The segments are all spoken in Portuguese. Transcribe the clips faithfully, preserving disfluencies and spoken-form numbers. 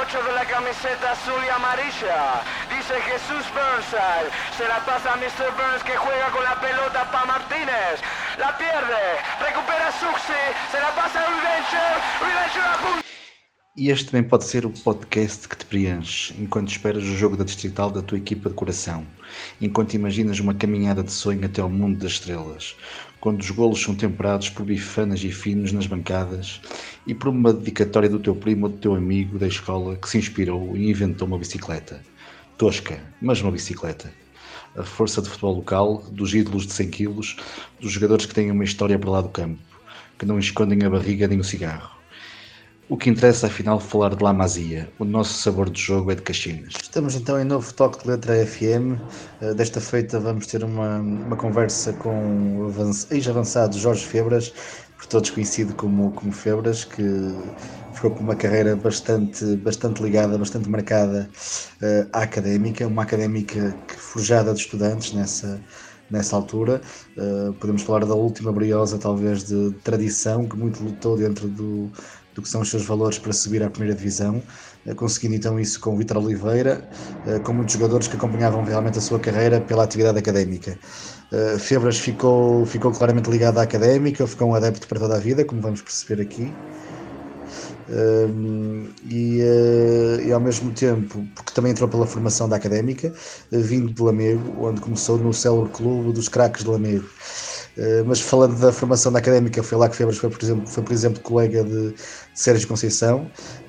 ocho de la camiseta azul y amarilla. Dice Jesús Burnside. Se la pasa a mister Burns que juega con la pelota para Martínez. La pierde. Recupera Suxi. Se la pasa a Rivencher. Rivencher apunta. E este também pode ser o podcast que te preenche, enquanto esperas o jogo da Distrital da tua equipa de coração, enquanto imaginas uma caminhada de sonho até ao mundo das estrelas, quando os golos são temperados por bifanas e finos nas bancadas e por uma dedicatória do teu primo ou do teu amigo da escola que se inspirou e inventou uma bicicleta. Tosca, mas uma bicicleta. A força de futebol local, dos ídolos de cem quilos, dos jogadores que têm uma história para lá do campo, que não escondem a barriga nem o cigarro. O que interessa, afinal, falar de La Masia. O nosso sabor de jogo é de Caxinas. Estamos então em novo Toque de Letra F M. Uh, desta feita vamos ter uma, uma conversa com o ex-avançado Jorge Febras, por todos conhecido como, como Febras, que ficou com uma carreira bastante, bastante ligada, bastante marcada uh, à académica, uma académica que, forjada de estudantes nessa, nessa altura. Uh, podemos falar da última briosa, talvez, de tradição, que muito lutou dentro do do que são os seus valores para subir à primeira divisão, conseguindo então isso com o Vítor Oliveira, com muitos jogadores que acompanhavam realmente a sua carreira pela atividade académica. Febras ficou, ficou claramente ligado à académica, ficou um adepto para toda a vida, como vamos perceber aqui. Um, e, uh, e ao mesmo tempo, porque também entrou pela formação da académica, uh, vindo de Lamego, onde começou no célebre clube dos craques de Lamego. Uh, mas falando da formação da académica, foi lá que Febras foi, por exemplo, foi, por exemplo colega de, de Sérgio Conceição,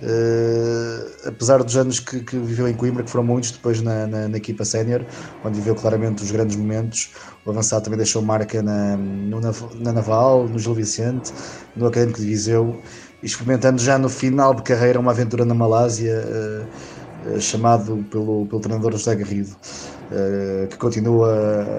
uh, apesar dos anos que, que viveu em Coimbra, que foram muitos, depois na, na, na equipa sénior, onde viveu claramente os grandes momentos. O avançado também deixou marca na, no, na Naval, no Gil Vicente, no Académico de Viseu, experimentando já no final de carreira uma aventura na Malásia, uh, uh, chamado pelo, pelo treinador José Garrido, uh, que continua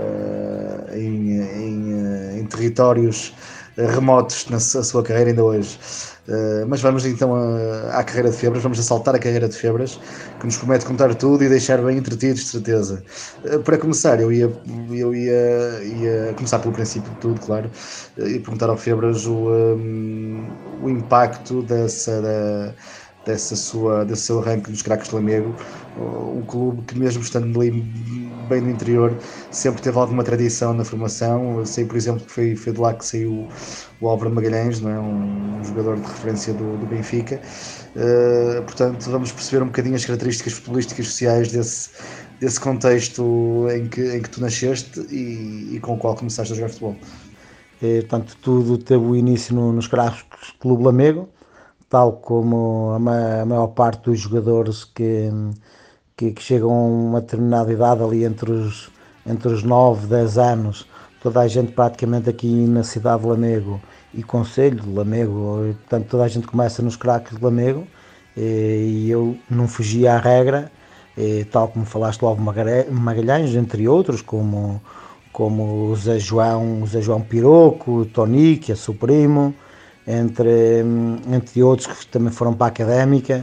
uh, em, em, uh, em territórios uh, remotos na sua carreira ainda hoje. Uh, mas vamos então uh, à carreira de Febras, vamos assaltar a carreira de Febras, que nos promete contar tudo e deixar bem entretidos, de certeza. Uh, para começar, eu ia, eu ia, ia começar pelo princípio de tudo, claro, uh, e perguntar ao Febras o, um, o impacto dessa, da, dessa sua, desse seu arranque dos craques de Lamego, um clube que, mesmo estando ali bem no interior, sempre teve alguma tradição na formação. Eu sei, por exemplo, que foi, foi de lá que saiu o Álvaro Magalhães, não é? um, um jogador de referência do, do Benfica. Uh, portanto, vamos perceber um bocadinho as características futebolísticas sociais desse, desse contexto em que, em que tu nasceste e, e com o qual começaste a jogar futebol. E, portanto, tudo teve o início no, nos craques Clube Lamego, tal como a, ma- a maior parte dos jogadores que, que, que chegam a uma determinada idade, ali entre os, entre os nove, dez anos, toda a gente praticamente aqui na cidade de Lamego e Concelho de Lamego, e, portanto toda a gente começa nos craques de Lamego, e, e eu não fugia à regra, e, tal como falaste logo Magalhães, entre outros, como, como o Zé João, o Zé João Piroco, o Toni, que é seu primo, entre, entre outros que também foram para a académica,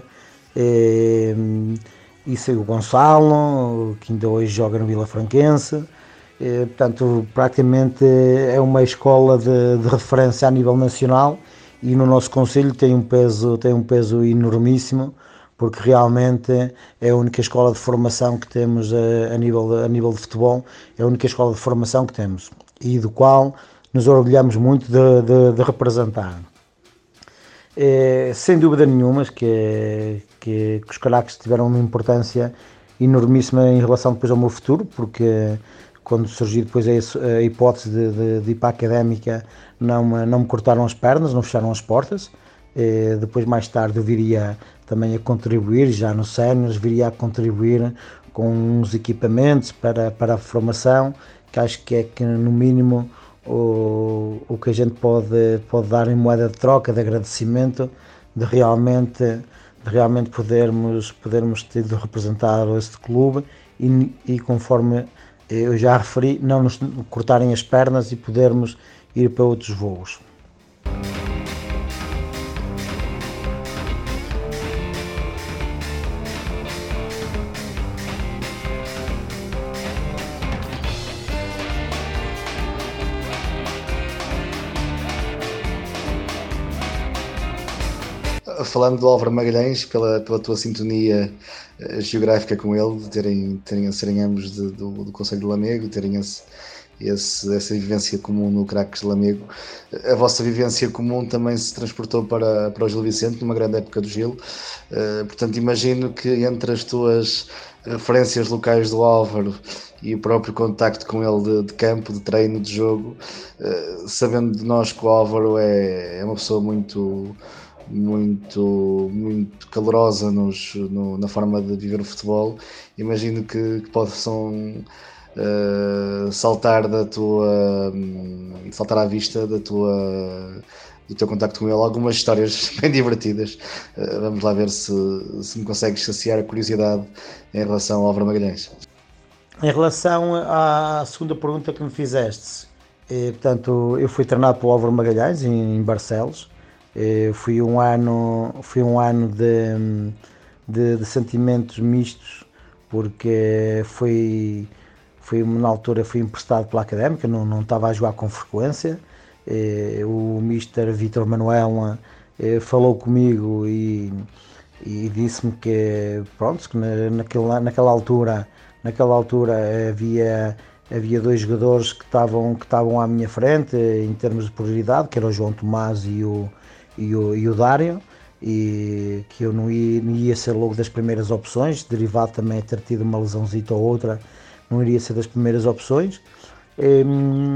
e, e saiu o Gonçalo, que ainda hoje joga no Vila Franquense. E, portanto, praticamente é uma escola de, de referência a nível nacional, e no nosso concelho tem um peso, tem um peso enormíssimo, porque realmente é a única escola de formação que temos a, a, nível, de, a nível de futebol, é a única escola de formação que temos e do qual nos orgulhamos muito de, de, de representar. É, sem dúvida nenhuma que, que, que os craques tiveram uma importância enormíssima em relação depois ao meu futuro, porque quando surgiu depois a hipótese de, de, de ir para a académica, não, não me cortaram as pernas, não fecharam as portas. E depois, mais tarde, eu viria também a contribuir, já no séniores, viria a contribuir com uns equipamentos para, para a formação, que acho que é que, no mínimo, o, o que a gente pode, pode dar em moeda de troca, de agradecimento, de realmente, de realmente podermos, podermos ter de representar este clube e, e conforme eu já referi, não nos cortarem as pernas e podermos ir para outros voos. Falando do Álvaro Magalhães, pela, pela tua sintonia uh, geográfica com ele, de terem, terem, serem ambos de, do, do Concelho de Lamego, terem esse, esse, essa vivência comum no Craques de Lamego, a vossa vivência comum também se transportou para, para o Gil Vicente, numa grande época do Gil. Uh, portanto, imagino que entre as tuas referências locais do Álvaro e o próprio contacto com ele de, de campo, de treino, de jogo, uh, sabendo de nós que o Álvaro é, é uma pessoa muito, muito, muito calorosa nos, no, na forma de viver o futebol, imagino que, que possam uh, saltar da tua, um, saltar à vista da tua, do teu contacto com ele algumas histórias bem divertidas. Uh, vamos lá ver se, se me consegues saciar a curiosidade em relação ao Álvaro Magalhães. Em relação à segunda pergunta que me fizeste, eh, portanto, eu fui treinado pelo Álvaro Magalhães em, em Barcelos. Eh, fui um ano, fui um ano de, de, de sentimentos mistos, porque foi, foi na altura fui emprestado pela Académica, não, não estava a jogar com frequência. Eh, o mister Vítor Manuel eh, falou comigo e, e disse-me que, pronto, que na, naquela, naquela altura naquela altura havia, havia dois jogadores que estavam, que estavam à minha frente em termos de prioridade, que era o João Tomás e o, e o, e o Dário, e que eu não ia, não ia ser logo das primeiras opções, derivado também de ter tido uma lesãozita ou outra, não iria ser das primeiras opções. E,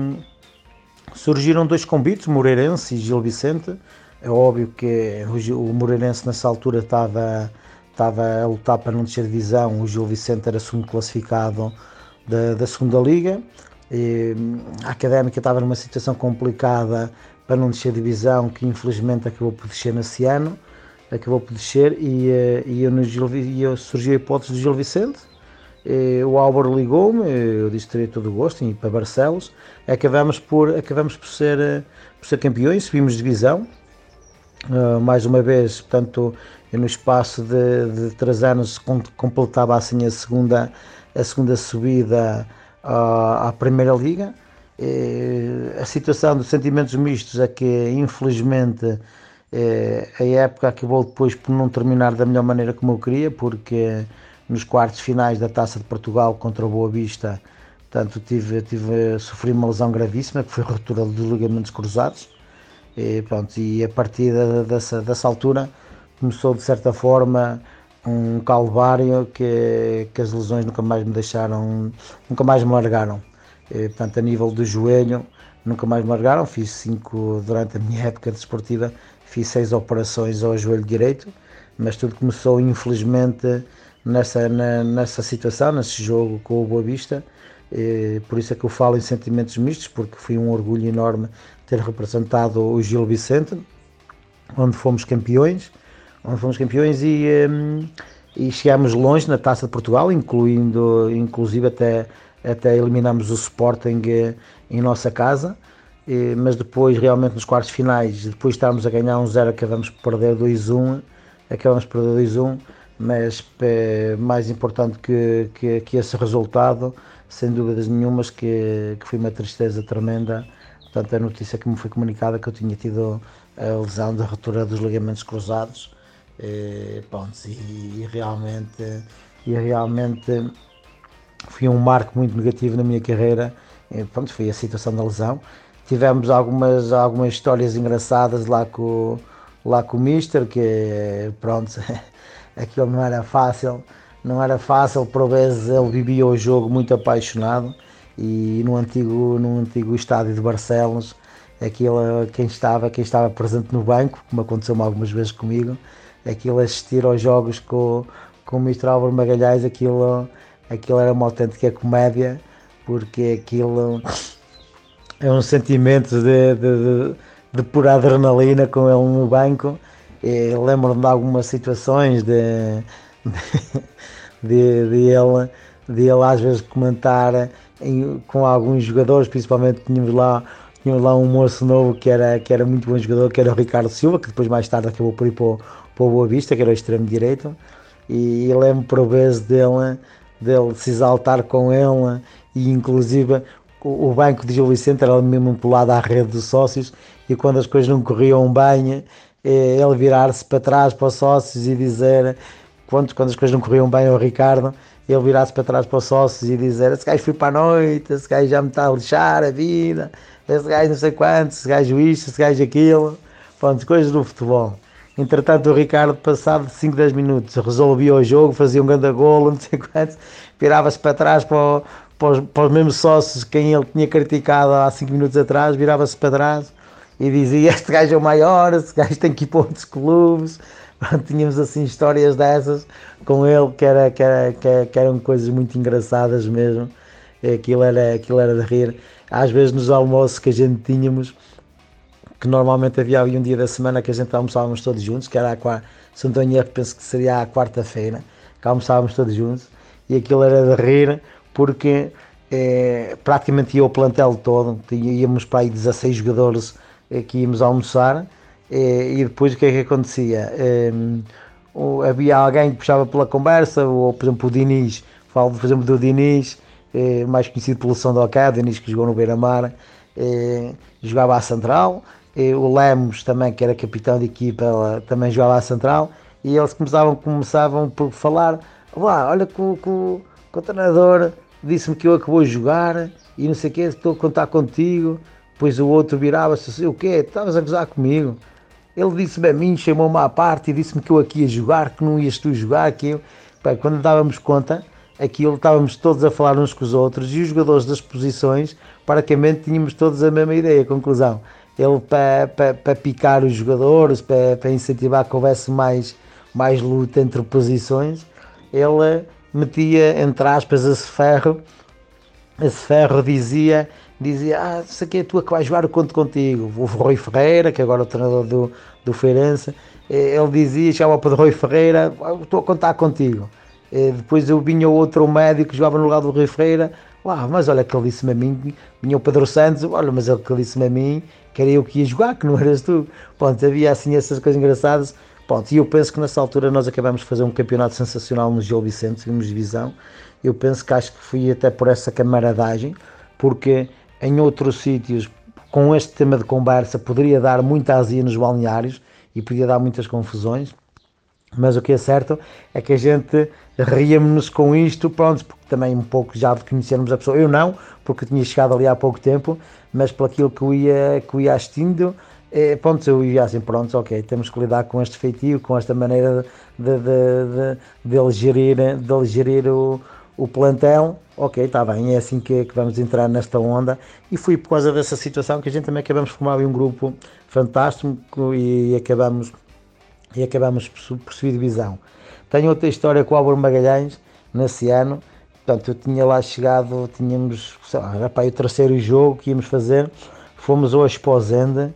surgiram dois convites, Moreirense e Gil Vicente. É óbvio que o Moreirense nessa altura estava, estava a lutar para não descer de divisão, o Gil Vicente era segundo classificado da, da segunda Liga. E a Académica estava numa situação complicada para não descer de divisão, que infelizmente acabou por descer nesse ano, acabou por descer e, e, eu, no Gil, e eu surgiu a hipótese do Gil Vicente. E o Álvaro ligou-me, eu disse que teria todo o gosto em ir para Barcelos. Acabamos por, acabamos por, ser, por ser campeões, subimos de divisão. Uh, mais uma vez, portanto, eu no espaço de, de três anos completava assim a segunda, a segunda subida uh, à Primeira Liga. E a situação dos sentimentos mistos é que, infelizmente, eh, a época acabou depois por não terminar da melhor maneira como eu queria, porque nos quartos finais da Taça de Portugal contra o Boa Vista, portanto, tive, tive, sofri uma lesão gravíssima, que foi a ruptura dos ligamentos cruzados. E, pronto, e a partir dessa, dessa altura começou de certa forma um calvário que, que as lesões nunca mais me deixaram, nunca mais me largaram. E, portanto, a nível do joelho nunca mais me largaram, fiz cinco, durante a minha época desportiva, fiz seis operações ao joelho direito, mas tudo começou infelizmente nessa, na, nessa situação, nesse jogo com o Boa Vista. E, por isso é que eu falo em sentimentos mistos, porque foi um orgulho enorme ter representado o Gil Vicente, onde fomos campeões, onde fomos campeões e, um, e chegámos longe na Taça de Portugal, incluindo, inclusive até, até eliminamos o Sporting em nossa casa, e, mas depois realmente nos quartos finais, depois de estarmos a ganhar um zero, acabamos por perder dois a um, acabamos por perder dois a um, mas é, mais importante que, que, que esse resultado, sem dúvidas nenhumas, que, que foi uma tristeza tremenda. Portanto, a notícia que me foi comunicada que eu tinha tido a lesão da ruptura dos ligamentos cruzados, e, pronto, e, e realmente, e realmente foi um marco muito negativo na minha carreira. E, pronto, foi a situação da lesão. Tivemos algumas, algumas histórias engraçadas lá com, lá com o Mister, que pronto, aquilo não era fácil, não era fácil, por vezes ele vivia o jogo muito apaixonado. E no antigo, no antigo estádio de Barcelos, aquilo, quem, estava, quem estava presente no banco, como aconteceu algumas vezes comigo, aquilo assistir aos jogos com, com o mister Álvaro Magalhães, aquilo, aquilo era uma autêntica comédia, porque aquilo é um sentimento de, de, de, de pura adrenalina com ele no banco. E lembro-me de algumas situações de, de, de, de, ele, de ele às vezes comentar em, com alguns jogadores, principalmente tínhamos lá, tínhamos lá um moço novo que era, que era muito bom jogador, que era o Ricardo Silva, que depois mais tarde acabou por ir para o, para o Boa Vista, que era o extremo direito, e lembro por vezes dele, dele se exaltar com ele, e inclusive o, o banco de Gil Vicente era mesmo pulado à rede dos sócios, e quando as coisas não corriam bem, ele virar-se para trás para os sócios e dizer, quando, quando as coisas não corriam bem ao Ricardo, ele virar-se para trás para os sócios e dizer: esse gajo foi para a noite, esse gajo já me está a lixar a vida, esse gajo não sei quanto, esse gajo isto, esse gajo aquilo, pronto, coisas do futebol. Entretanto, o Ricardo, passado cinco, dez minutos, resolvia o jogo, fazia um grande golo, não sei quanto, virava-se para trás para, o, para, os, para os mesmos sócios quem ele tinha criticado há cinco minutos atrás, virava-se para trás e dizia: este gajo é o maior, este gajo tem que ir para outros clubes. Tínhamos assim histórias dessas com ele que, era, que, era, que, que eram coisas muito engraçadas mesmo. Aquilo era, aquilo era de rir. Às vezes nos almoços que a gente tínhamos, que normalmente havia um dia da semana que a gente almoçávamos todos juntos, que era a quarta, se não tenho erro, penso que seria a quarta-feira, que almoçávamos todos juntos, e aquilo era de rir porque é, praticamente ia o plantel todo, íamos para aí dezasseis jogadores que íamos almoçar. E depois o que é que acontecia? Um, havia alguém que puxava pela conversa, ou por exemplo o Diniz, falo por exemplo do Diniz, eh, mais conhecido pelo Som do Hockey, o Diniz que jogou no Beira-Mar, eh, jogava à central, eh, o Lemos também, que era capitão de equipa, também jogava à central, e eles começavam, começavam por falar: lá, olha que o, que o, que o treinador disse-me que eu acabou de jogar, e não sei o quê, estou a contar contigo. Depois o outro virava-se assim: o quê? Estavas a gozar comigo? Ele disse-me a mim, chamou-me à parte e disse-me que eu aqui ia jogar, que não ias tu jogar, que eu... Bem, quando dávamos conta, aquilo estávamos todos a falar uns com os outros, e os jogadores das posições, praticamente tínhamos todos a mesma ideia. Conclusão: ele, para, para, para picar os jogadores, para, para incentivar que houvesse mais, mais luta entre posições, ele metia, entre aspas, esse ferro, esse ferro dizia... dizia: ah, isso aqui é tu que vais jogar, eu conto contigo. O Rui Ferreira, que agora é o treinador do, do Feirense, ele dizia, chegava para o Rui Ferreira: estou a contar contigo. Depois eu vinha outro médico que jogava no lugar do Rui Ferreira: ah, mas olha que ele disse-me a mim. Vinha o Pedro Santos: olha, mas ele que disse-me a mim que era eu que ia jogar, que não eras tu. Pronto, havia assim essas coisas engraçadas. Pronto, e eu penso que nessa altura nós acabamos de fazer um campeonato sensacional no Gil Vicente, seguimos divisão. Eu penso que acho que fui até por essa camaradagem, porque em outros sítios, com este tema de conversa, poderia dar muita azia nos balneários e podia dar muitas confusões, mas o que é certo é que a gente ríamos-nos com isto, pronto, porque também um pouco já de conhecermos a pessoa. Eu não, porque eu tinha chegado ali há pouco tempo, mas pelo aquilo que eu ia, que eu ia assistindo, eh, pronto, eu ia assim: pronto, ok, temos que lidar com este feitio, com esta maneira de, de, de, de, de ele gerir, de ele gerir o, o plantel. Ok, está bem, é assim que, que vamos entrar nesta onda. E foi por causa dessa situação que a gente também acabamos de formar um grupo fantástico e acabamos, e acabamos por, por subir divisão. Tenho outra história com o Álvaro Magalhães, nesse ano. Portanto, eu tinha lá chegado, tínhamos, sei lá, era para aí o terceiro jogo que íamos fazer, fomos ao Exposenda,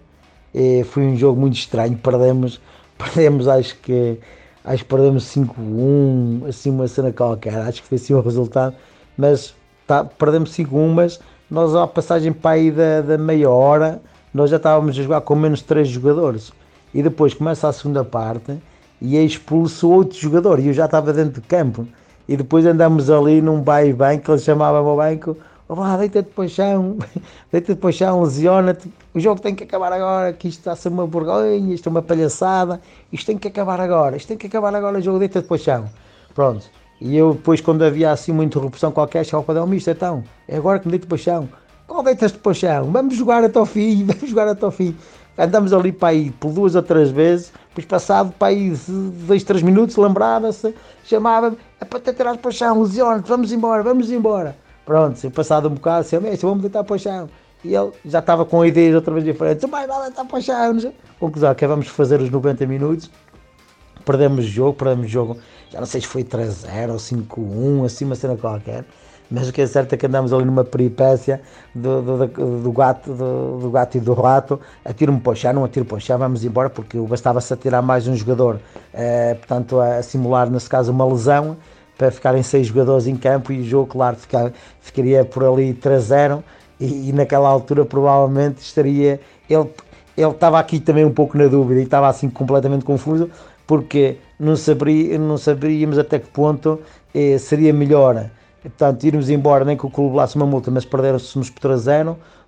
e foi um jogo muito estranho, perdemos, perdemos acho que, acho que perdemos cinco a um, assim uma cena qualquer, acho que foi assim o resultado. Mas tá, perdemos cinco a um, mas nós, à passagem para aí da, da meia hora, nós já estávamos a jogar com menos três jogadores, e depois começa a segunda parte e é expulso outro jogador e eu já estava dentro de campo, e depois andamos ali num vai e vem, que ele chamava ao banco: olá, deita-te para o chão, deita-te para o chão, lesiona-te, o jogo tem que acabar agora, que isto está a ser uma vergonha, isto é uma palhaçada, isto tem que acabar agora, isto tem que acabar agora o jogo, deita-te para o chão. Pronto. E eu depois, quando havia assim uma interrupção qualquer, chegava para dar um misto: então, é agora que me deito para o chão. Qual deitas-te para o chão? Vamos jogar até ao fim, vamos jogar até ao fim. Andamos ali para aí por duas ou três vezes, depois passado para aí dois, três minutos, lembrava-se, chamava-me: é para te tirar para o chão, lesiona-te, vamos embora, vamos embora. Pronto, passado um bocado, assim: mestre, vamos deitar para o chão. E ele já estava com ideias outra vez diferentes: vai lá deitar para o chão. Conclusão, acabamos de fazer os noventa minutos, perdemos o jogo, perdemos o jogo, já não sei se foi três a zero ou cinco a um, assim uma cena qualquer, mas o que é certo é que andamos ali numa peripécia do, do, do, do, gato, do, do gato e do rato: atiro-me para o chão, não atiro para o chão, vamos embora, porque bastava-se atirar mais um jogador, eh, portanto a simular nesse caso uma lesão, para ficarem seis jogadores em campo, e o jogo, claro, ficar, ficaria por ali três a zero, e, e naquela altura provavelmente estaria, ele, ele estava aqui também um pouco na dúvida e estava assim completamente confuso, porque não, saberia, não saberíamos até que ponto eh, seria melhor, portanto, irmos embora, nem que o clube lasse uma multa, mas perderam-se-nos por três a zero,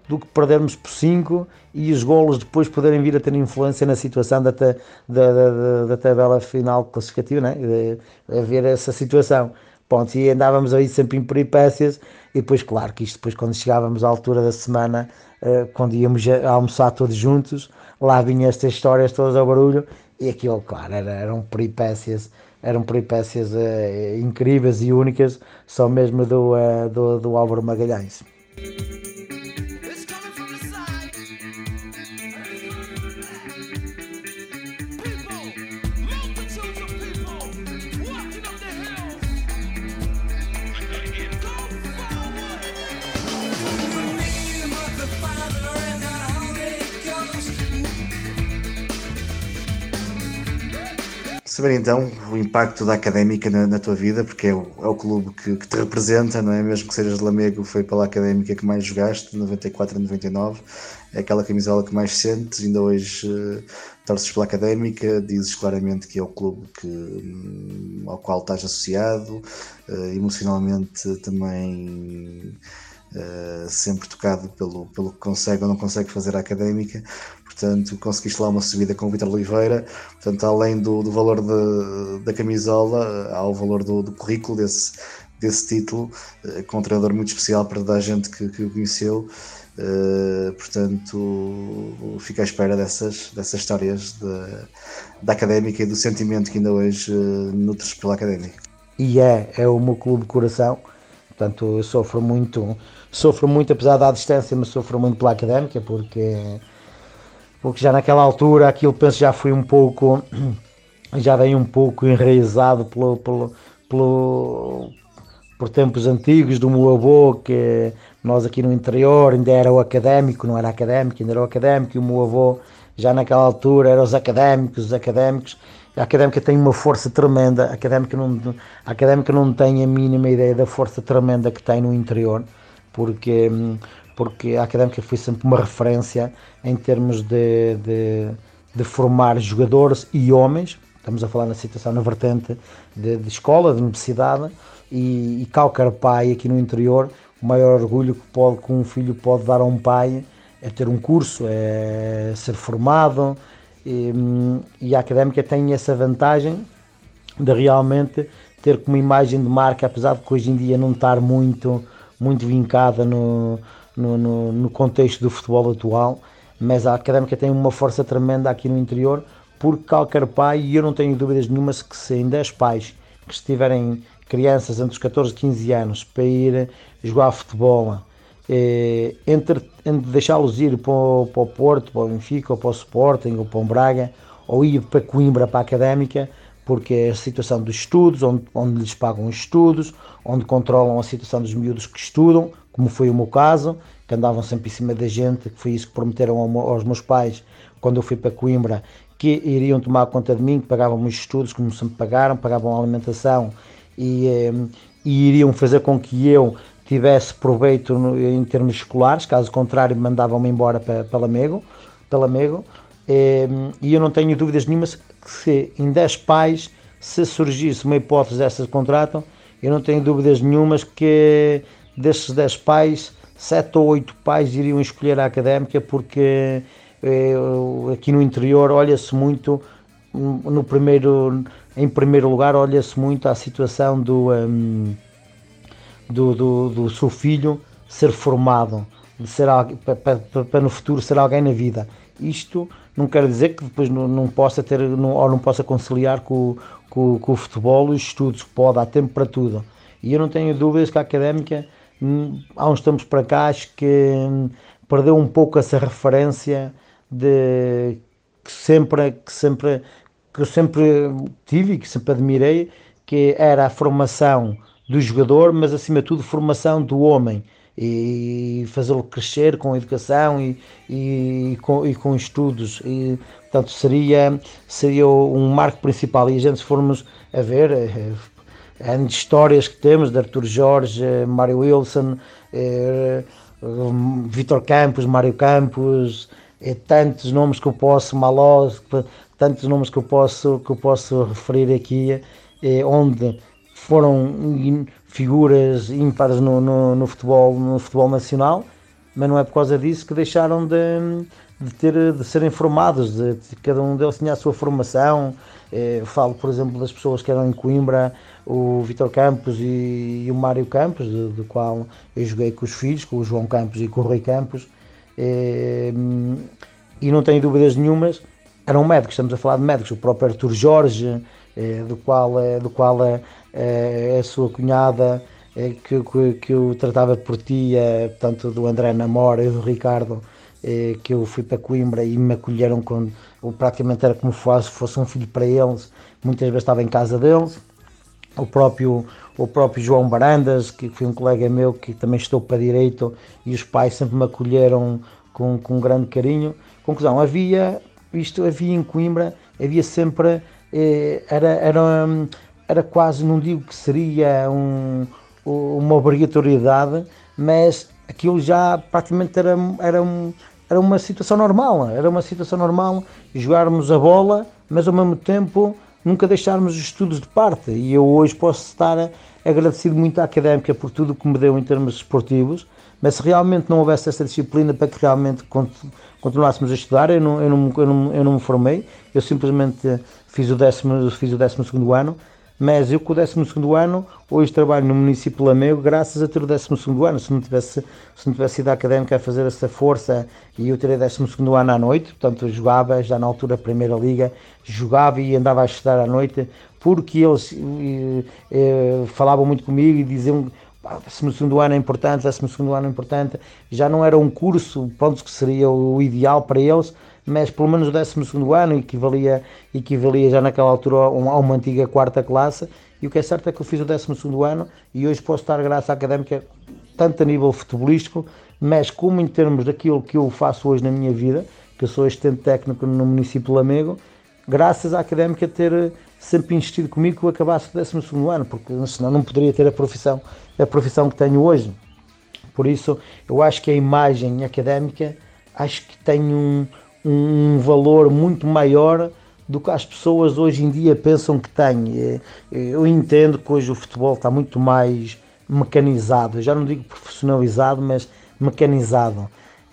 do que perdermos por cinco e os golos depois poderem vir a ter influência na situação da, da, da, da tabela final classificativa, né? De, de haver essa situação. Ponto, e andávamos aí sempre em peripécias, e depois, claro, que isto depois quando chegávamos à altura da semana, uh, quando íamos a almoçar todos juntos, lá vinham estas histórias todas ao barulho, e aquilo, claro, era, eram peripécias, eram peripécias uh, incríveis e únicas, só mesmo do, uh, do, do Álvaro Magalhães. Saber então o impacto da Académica na, na tua vida, porque é o, é o clube que, que te representa, não é? Mesmo que sejas de Lamego, foi pela Académica que mais jogaste, de noventa e quatro a noventa e nove, é aquela camisola que mais sentes, ainda hoje uh, torces pela Académica, dizes claramente que é o clube que, um, ao qual estás associado, uh, emocionalmente também uh, sempre tocado pelo, pelo que consegue ou não consegue fazer a Académica. Portanto, conseguiste lá uma subida com o Vítor Oliveira. Portanto, além do, do valor de, da camisola, há o valor do, do currículo desse, desse título, com um treinador muito especial para toda a gente que, que o conheceu. Uh, portanto, fico à espera dessas, dessas histórias de, da Académica e do sentimento que ainda hoje uh, nutres pela Académica. E é, é o meu clube de coração. Portanto, eu sofro muito, sofro muito, apesar da distância, mas sofro muito pela Académica, porque... porque já naquela altura aquilo penso já foi um pouco, já vem um pouco enraizado pelo, pelo, pelo, por tempos antigos do meu avô, que nós aqui no interior ainda era o académico, não era académico, ainda era o académico, e o meu avô já naquela altura era os académicos, os académicos, a Académica tem uma força tremenda, a Académica não, a Académica não tem a mínima ideia da força tremenda que tem no interior, porque... porque a Académica foi sempre uma referência em termos de, de, de formar jogadores e homens. Estamos a falar na situação na vertente de, de escola, de universidade, e, e qualquer pai aqui no interior, o maior orgulho que, pode, que um filho pode dar a um pai é ter um curso, é ser formado, e, e a Académica tem essa vantagem de realmente ter como imagem de marca, apesar de que hoje em dia não estar muito, muito vincada no No, no, no contexto do futebol atual, mas a Académica tem uma força tremenda aqui no interior, porque qualquer pai, e eu não tenho dúvidas nenhumas que se em dez pais que estiverem crianças entre os catorze e quinze anos para ir jogar futebol, eh, entre, entre deixá-los ir para o, para o Porto, para o Benfica, ou para o Sporting, ou para o Braga, ou ir para Coimbra, para a Académica, porque é a situação dos estudos, onde, onde lhes pagam os estudos, onde controlam a situação dos miúdos que estudam, como foi o meu caso, que andavam sempre em cima da gente, que foi isso que prometeram aos meus pais quando eu fui para Coimbra, que iriam tomar conta de mim, que pagavam os estudos, como sempre pagaram, pagavam a alimentação e, e iriam fazer com que eu tivesse proveito no, em termos escolares, caso contrário mandavam-me embora para, para Lamego, para Lamego, e, e eu não tenho dúvidas nenhumas que se em dez pais, se surgisse uma hipótese dessas de contrato, eu não tenho dúvidas nenhumas que desses dez pais, sete ou oito pais iriam escolher a Académica, porque eh, aqui no interior olha-se muito, no primeiro, em primeiro lugar, olha-se muito à situação do, um, do, do, do seu filho ser formado, de ser, para, para, para no futuro ser alguém na vida. Isto não quer dizer que depois não, não possa ter, não, ou não possa conciliar com, com, com o futebol e os estudos, que pode, há tempo para tudo. E eu não tenho dúvidas que a Académica, há uns tempos para cá, acho que perdeu um pouco essa referência de que sempre, que sempre, que eu sempre tive e que sempre admirei, que era a formação do jogador, mas acima de tudo formação do homem, e fazê-lo crescer com educação e, e, com, e com estudos, e portanto seria, seria um marco principal. E a gente, se formos a ver, é de histórias que temos de Artur Jorge, Mário Wilson, eh, Vítor Campos, Mário Campos, eh, tantos nomes que eu posso, Malós, tantos nomes que eu posso, que eu posso referir aqui, eh, onde foram figuras ímpares no, no, no, futebol, no futebol nacional, mas não é por causa disso que deixaram de, de, ter, de serem formados, de, de cada um deles tinha a sua formação. Eu falo, por exemplo, das pessoas que eram em Coimbra, o Vítor Campos e, e o Mário Campos, do, do qual eu joguei com os filhos, com o João Campos e com o Rui Campos, e, e não tenho dúvidas nenhumas, eram médicos, estamos a falar de médicos, o próprio Artur Jorge, do qual, do qual a, a, a sua cunhada, que, que, que eu tratava por tia, portanto, do André Namora e do Ricardo, que eu fui para Coimbra e me acolheram quando praticamente era como se fosse um filho para eles, muitas vezes estava em casa deles. O próprio, o próprio João Barandas, que foi um colega meu que também estou para direito, e os pais sempre me acolheram com, com grande carinho. Conclusão, havia, isto havia em Coimbra, havia sempre, era, era, era quase, não digo que seria um, uma obrigatoriedade, mas aquilo já praticamente era, era, um, era uma situação normal, era uma situação normal jogarmos a bola, mas ao mesmo tempo nunca deixarmos os estudos de parte, e eu hoje posso estar agradecido muito à Académica por tudo o que me deu em termos esportivos, mas se realmente não houvesse essa disciplina para que realmente continuássemos a estudar, eu não, eu não, eu não, eu não me formei, eu simplesmente fiz o décimo, fiz o décimo segundo ano, mas eu com o décimo segundo ano, hoje trabalho no município de Lamego graças a ter o décimo segundo ano. Se não tivesse, se não tivesse ido à Académica a fazer essa força, e eu teria décimo segundo ano à noite, portanto eu jogava, já na altura Primeira Liga, jogava e andava a estudar à noite, porque eles e, e, falavam muito comigo e diziam décimo segundo ano é importante, décimo segundo ano é importante, já não era um curso, pronto, que seria o ideal para eles, mas pelo menos o décimo segundo ano equivalia, equivalia já naquela altura a uma antiga quarta classe, e o que é certo é que eu fiz o décimo segundo ano e hoje posso estar graças à Académica, tanto a nível futebolístico, mas como em termos daquilo que eu faço hoje na minha vida, que eu sou assistente técnico no município de Lamego, graças à Académica ter sempre insistido comigo que eu acabasse o décimo segundo ano, porque senão não poderia ter a profissão, a profissão que tenho hoje. Por isso, eu acho que a imagem académica, acho que tem um um valor muito maior do que as pessoas hoje em dia pensam que tem. Eu entendo que hoje o futebol está muito mais mecanizado, eu já não digo profissionalizado, mas mecanizado.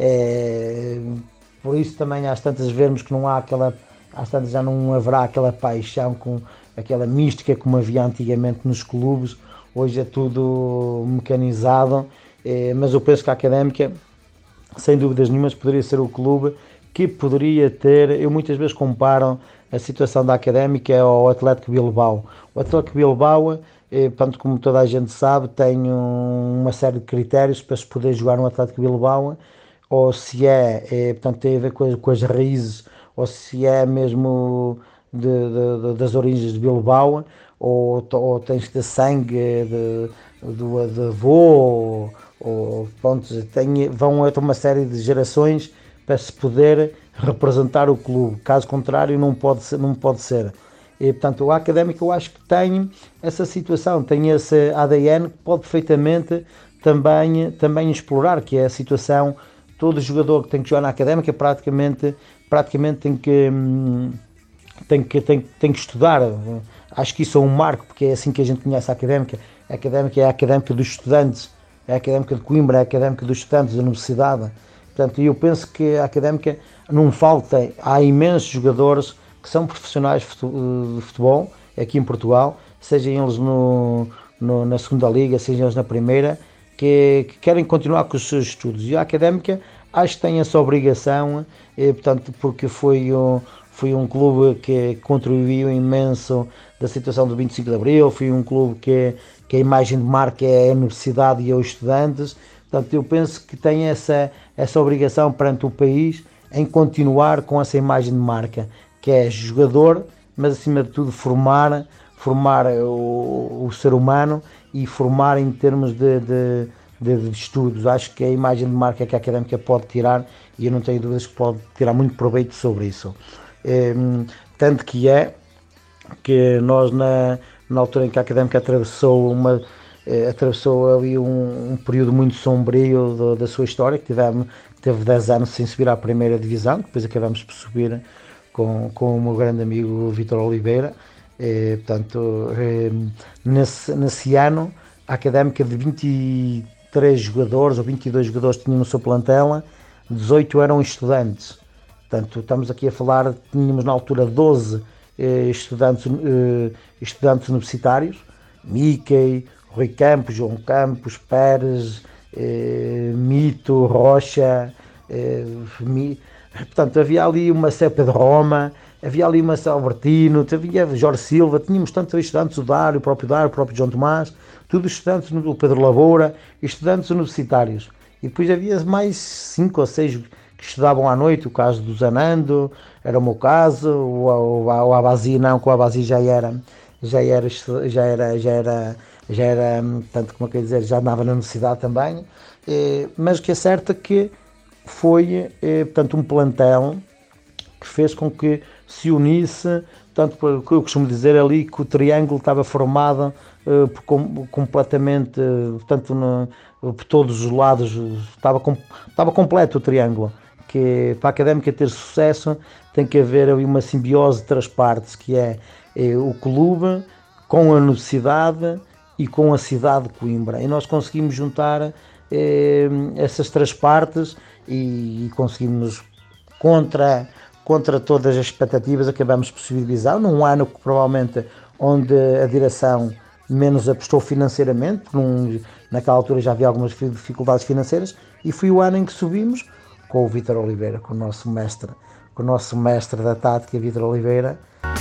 É, por isso também às tantas vermos que não há aquela, às tantas já não haverá aquela paixão, com aquela mística como havia antigamente nos clubes, hoje é tudo mecanizado, é, mas eu penso que a Académica, sem dúvidas nenhumas, poderia ser o clube que poderia ter. Eu muitas vezes comparo a situação da Académica ao Atlético Bilbao. O Atlético Bilbao, eh, portanto, como toda a gente sabe, tem um, uma série de critérios para se poder jogar no Atlético Bilbao, ou se é, eh, portanto, tem a ver com, com as raízes, ou se é mesmo de, de, de, das origens de Bilbao, ou, ou tens de sangue de, do de avô, ou, ou pronto, tem, vão a uma série de gerações para se poder representar o clube, caso contrário não pode ser. Não pode ser. E, portanto, a Académica eu acho que tem essa situação, tem esse A D N que pode perfeitamente também, também explorar, que é a situação, todo jogador que tem que jogar na Académica praticamente, praticamente tem, que, tem, que, tem, tem que estudar. Acho que isso é um marco, porque é assim que a gente conhece a Académica. A Académica é a Académica dos estudantes, é a Académica de Coimbra, é a Académica dos estudantes da Universidade. Portanto, eu penso que a Académica não falta, há imensos jogadores que são profissionais de futebol aqui em Portugal, sejam eles no, no, na segunda liga, sejam eles na primeira, que, que querem continuar com os seus estudos. E a Académica acho que tem essa obrigação, e, portanto, porque foi um, foi um clube que contribuiu imenso da situação do vinte e cinco de Abril, foi um clube que, que a imagem de marca é a universidade e os estudantes. Portanto, eu penso que tem essa, essa obrigação perante o país em continuar com essa imagem de marca, que é jogador, mas acima de tudo formar, formar o, o ser humano e formar em termos de, de, de, de estudos. Acho que a imagem de marca que a Académica pode tirar, e eu não tenho dúvidas que pode tirar muito proveito sobre isso. É, tanto que é que nós, na, na altura em que a Académica atravessou uma... atravessou ali um, um período muito sombrio do, da sua história, que tivemos, teve dez anos sem subir à primeira divisão, depois acabamos por subir com, com o meu grande amigo Vítor Oliveira. E, portanto, e, nesse, nesse ano a Académica de vinte, três jogadores ou vinte e dois jogadores que tinham no seu plantel, dezoito eram estudantes. Portanto, estamos aqui a falar, tínhamos na altura doze eh, estudantes, eh, estudantes universitários, Mickey, Rui Campos, João Campos, Pérez, eh, Mito, Rocha, eh, Mi... portanto havia ali uma cepa de Roma, havia ali uma Albertino, havia Jorge Silva, tínhamos tantos estudantes, o Dário, o próprio Dário, o próprio João Tomás, todos estudantes, o Pedro Lavoura, estudantes universitários. E depois havia mais cinco ou seis que estudavam à noite, o caso do Zanando, era o meu caso, o, o, o Abazi não, que o Abazi já era, já era, já era, já era, já era, tanto como eu quero dizer, já andava na universidade também, eh, mas o que é certo é que foi, eh, portanto, um plantel que fez com que se unisse, tanto o que eu costumo dizer ali, que o triângulo estava formado eh, com, completamente, eh, portanto, no, por todos os lados, estava, com, estava completo o triângulo, que para a Académica ter sucesso tem que haver ali uma simbiose de três partes, que é, é o clube com a universidade e com a cidade de Coimbra, e nós conseguimos juntar eh, essas três partes e, e conseguimos, contra, contra todas as expectativas, acabamos por possibilizar, num ano que provavelmente onde a direção menos apostou financeiramente, num, naquela altura já havia algumas dificuldades financeiras, e foi o ano em que subimos com o Vítor Oliveira, com o nosso mestre, com o nosso mestre da tática, Vítor Oliveira.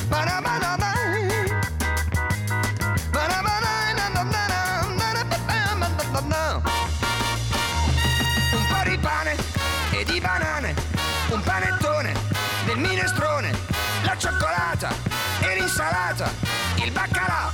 Un po' di pane e di banane, un panettone del minestrone, la cioccolata e l'insalata, il baccalà,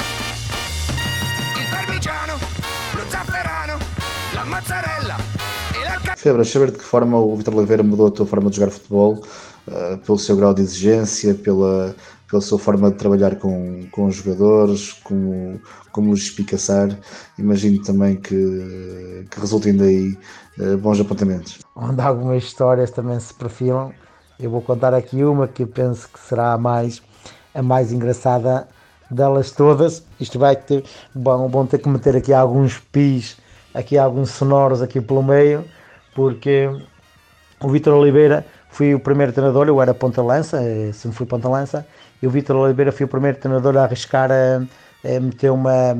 il parmigiano, lo zafferano, la mozzarella. Febras, saber de que forma o Vítor Oliveira mudou a tua forma de jogar futebol, uh, pelo seu grau de exigência, pela, pela sua forma de trabalhar com, com os jogadores, como, como os espicaçar. Imagino também que, que resultem daí uh, bons apontamentos. Onde algumas histórias também se perfilam, eu vou contar aqui uma que eu penso que será a mais, a mais engraçada delas todas. Isto vai ter, bom, bom ter que meter aqui alguns pis, aqui alguns sonoros aqui pelo meio, porque o Vítor Oliveira foi o primeiro treinador, eu era ponta-lança, sempre fui ponta-lança, e o Vítor Oliveira foi o primeiro treinador a arriscar a, a meter uma,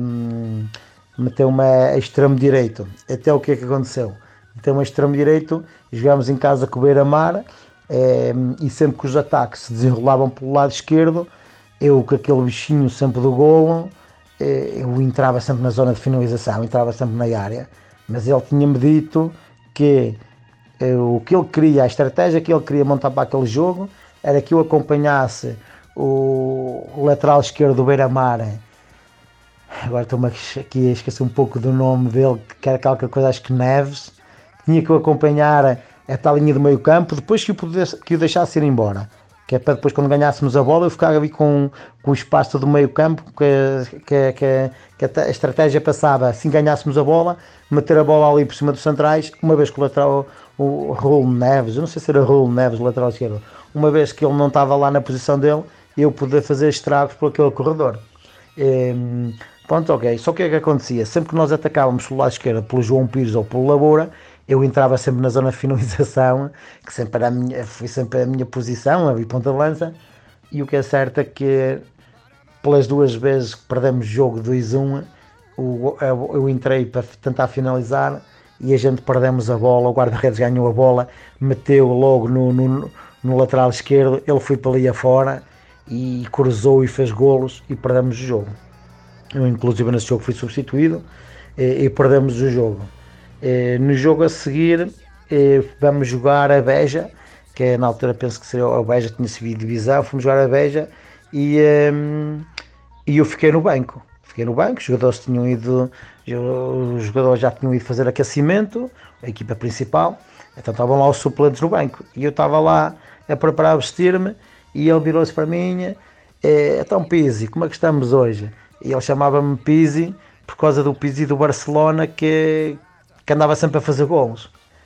meter uma extremo direito. Até o que é que aconteceu? Meteu uma extremo direito, jogámos em casa com o Beira-Mar, é, e sempre que os ataques se desenrolavam pelo lado esquerdo, eu com aquele bichinho sempre do golo, eu entrava sempre na zona de finalização, entrava sempre na área, mas ele tinha-me dito que eh, o que ele queria, a estratégia que ele queria montar para aquele jogo, era que eu acompanhasse o, o lateral esquerdo do Beira-Mar, agora estou-me aqui a esquecer um pouco do nome dele, que era qualquer coisa, acho que Neves, tinha que eu acompanhar a tal linha do meio campo, depois que o, pudesse, que o deixasse ir embora, que é para depois, quando ganhássemos a bola, eu ficava ali com, com o espaço do meio campo, que, que, que, que a estratégia passava, assim ganhássemos a bola, meter a bola ali por cima dos centrais, uma vez que o lateral, o Raul Neves, eu não sei se era Raul Neves, o lateral esquerdo, uma vez que ele não estava lá na posição dele, eu poder fazer estragos por aquele corredor. E, pronto, ok, só que o que é que acontecia? Sempre que nós atacávamos pelo lado esquerdo, pelo João Pires ou pelo Lavoura, eu entrava sempre na zona de finalização, que sempre era a minha, foi sempre a minha posição, a ponta de lança, e o que é certo é que pelas duas vezes que perdemos o jogo dois a um, eu entrei para tentar finalizar e a gente perdemos a bola, o guarda-redes ganhou a bola, meteu logo no, no, no lateral esquerdo, ele foi para ali afora e cruzou e fez golos e perdemos o jogo. Eu inclusive nesse jogo fui substituído e, e perdemos o jogo. No jogo a seguir vamos jogar a Beja, que na altura penso que seria a Beja, tinha subido divisão, fomos jogar a Beja e, um, e eu fiquei no banco, fiquei no banco, os jogadores tinham ido, os jogadores já tinham ido fazer aquecimento, a equipa principal, então estavam lá os suplentes no banco e eu estava lá a preparar a vestir-me e ele virou-se para mim, então Pizzi, como é que estamos hoje? E ele chamava-me Pizzi por causa do Pizzi do Barcelona, que que andava sempre a fazer golos,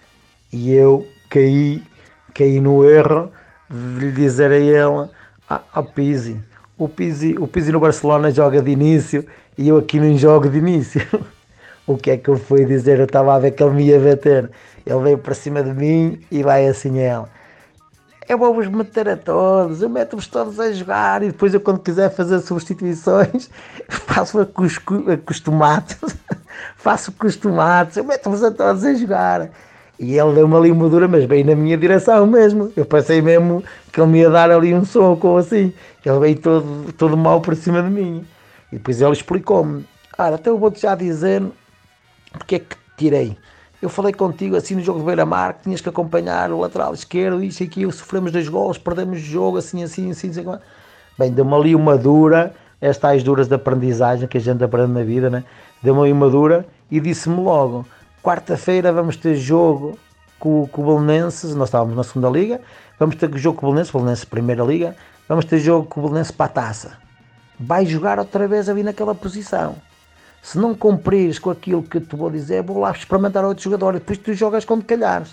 e eu caí, caí no erro de lhe dizer a ele, ah, ah Pizzi, o Pizzi, o Pizzi no Barcelona joga de início e eu aqui não jogo de início, o que é que eu fui dizer? Eu estava a ver que ele me ia bater. Ele veio para cima de mim e vai assim a ele: eu vou-vos meter a todos, eu meto-vos todos a jogar, e depois eu, quando quiser fazer substituições, faço acostumados, faço acostumados, eu meto-vos a todos a jogar. E ele deu-me ali uma dura, mas veio na minha direção mesmo. Eu pensei mesmo que ele me ia dar ali um soco ou assim. Ele veio todo, todo mal por cima de mim. E depois ele explicou-me: ora, então eu vou-te já dizer porque é que te tirei. Eu falei contigo assim no jogo de Beira-Mar que tinhas que acompanhar o lateral esquerdo, isso e aquilo, sofremos dois golos, perdemos o jogo, assim, assim, assim, assim. Bem, deu-me ali uma dura, estas tais duras de aprendizagem que a gente aprende na vida, né? Deu-me ali uma dura e disse-me logo: quarta-feira vamos ter jogo com, com o Belenenses, nós estávamos na segunda liga, vamos ter jogo com o Belenenses, Belenenses primeira liga, vamos ter jogo com o Belenenses para a taça. Vai jogar outra vez ali naquela posição. Se não cumprires com aquilo que te vou dizer, vou lá experimentar outro jogador e depois tu jogas quando calhares.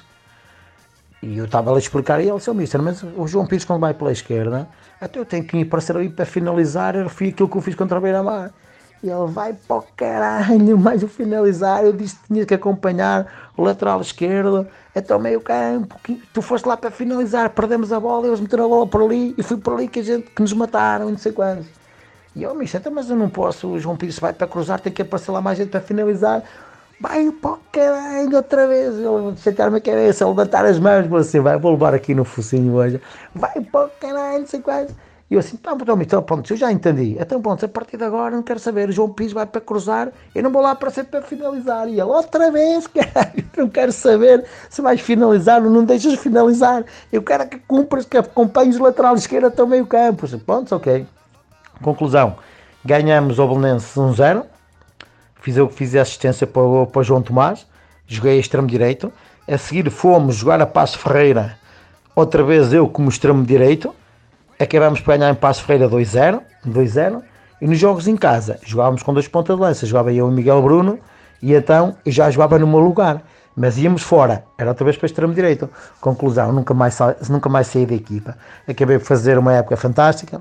E eu estava a explicar a ele: seu mister, mas o João Pires, quando vai pela esquerda, até eu tenho que ir aparecer ali para finalizar, eu fui aquilo que eu fiz contra o Beira-Mar. E ele: vai para o caralho, mais o finalizar, eu disse que tinha que acompanhar o lateral esquerdo até o meio campo, tu foste lá para finalizar, perdemos a bola, eles meteram a bola por ali e foi por ali que, a gente, que nos mataram, e não sei quantos. E eu: mister, mas eu não posso, o João Pires vai para cruzar, tem que aparecer lá mais gente para finalizar. Vai para o caralho outra vez. Ele chatear-me a cabeça, levantar as mãos, vou assim: vai, vou levar aqui no focinho hoje. Vai para o caralho, não sei quais. E eu assim: pá, então, mister, pronto, eu já entendi. Então, pronto, a partir de agora não quero saber, o João Pires vai para cruzar, eu não vou lá aparecer para finalizar. E ele: outra vez, caralho, não quero saber se vais finalizar ou não deixas finalizar. Eu quero que cumpras, que acompanhes o lateral esquerdo até o meio campo. Pronto, ok. Conclusão: ganhamos ao Belenenses um zero, fiz eu que fiz a assistência para o, para o João Tomás, joguei a extremo direito. A seguir fomos jogar a Paço Ferreira, outra vez eu como extremo direito, acabamos por ganhar em Paço Ferreira dois zero, e nos jogos em casa jogávamos com dois pontas de lança, jogava eu e Miguel Bruno, e então eu já jogava no meu lugar, mas íamos fora, era outra vez para extremo direito. Conclusão: nunca mais, nunca mais saí da equipa, acabei por fazer uma época fantástica.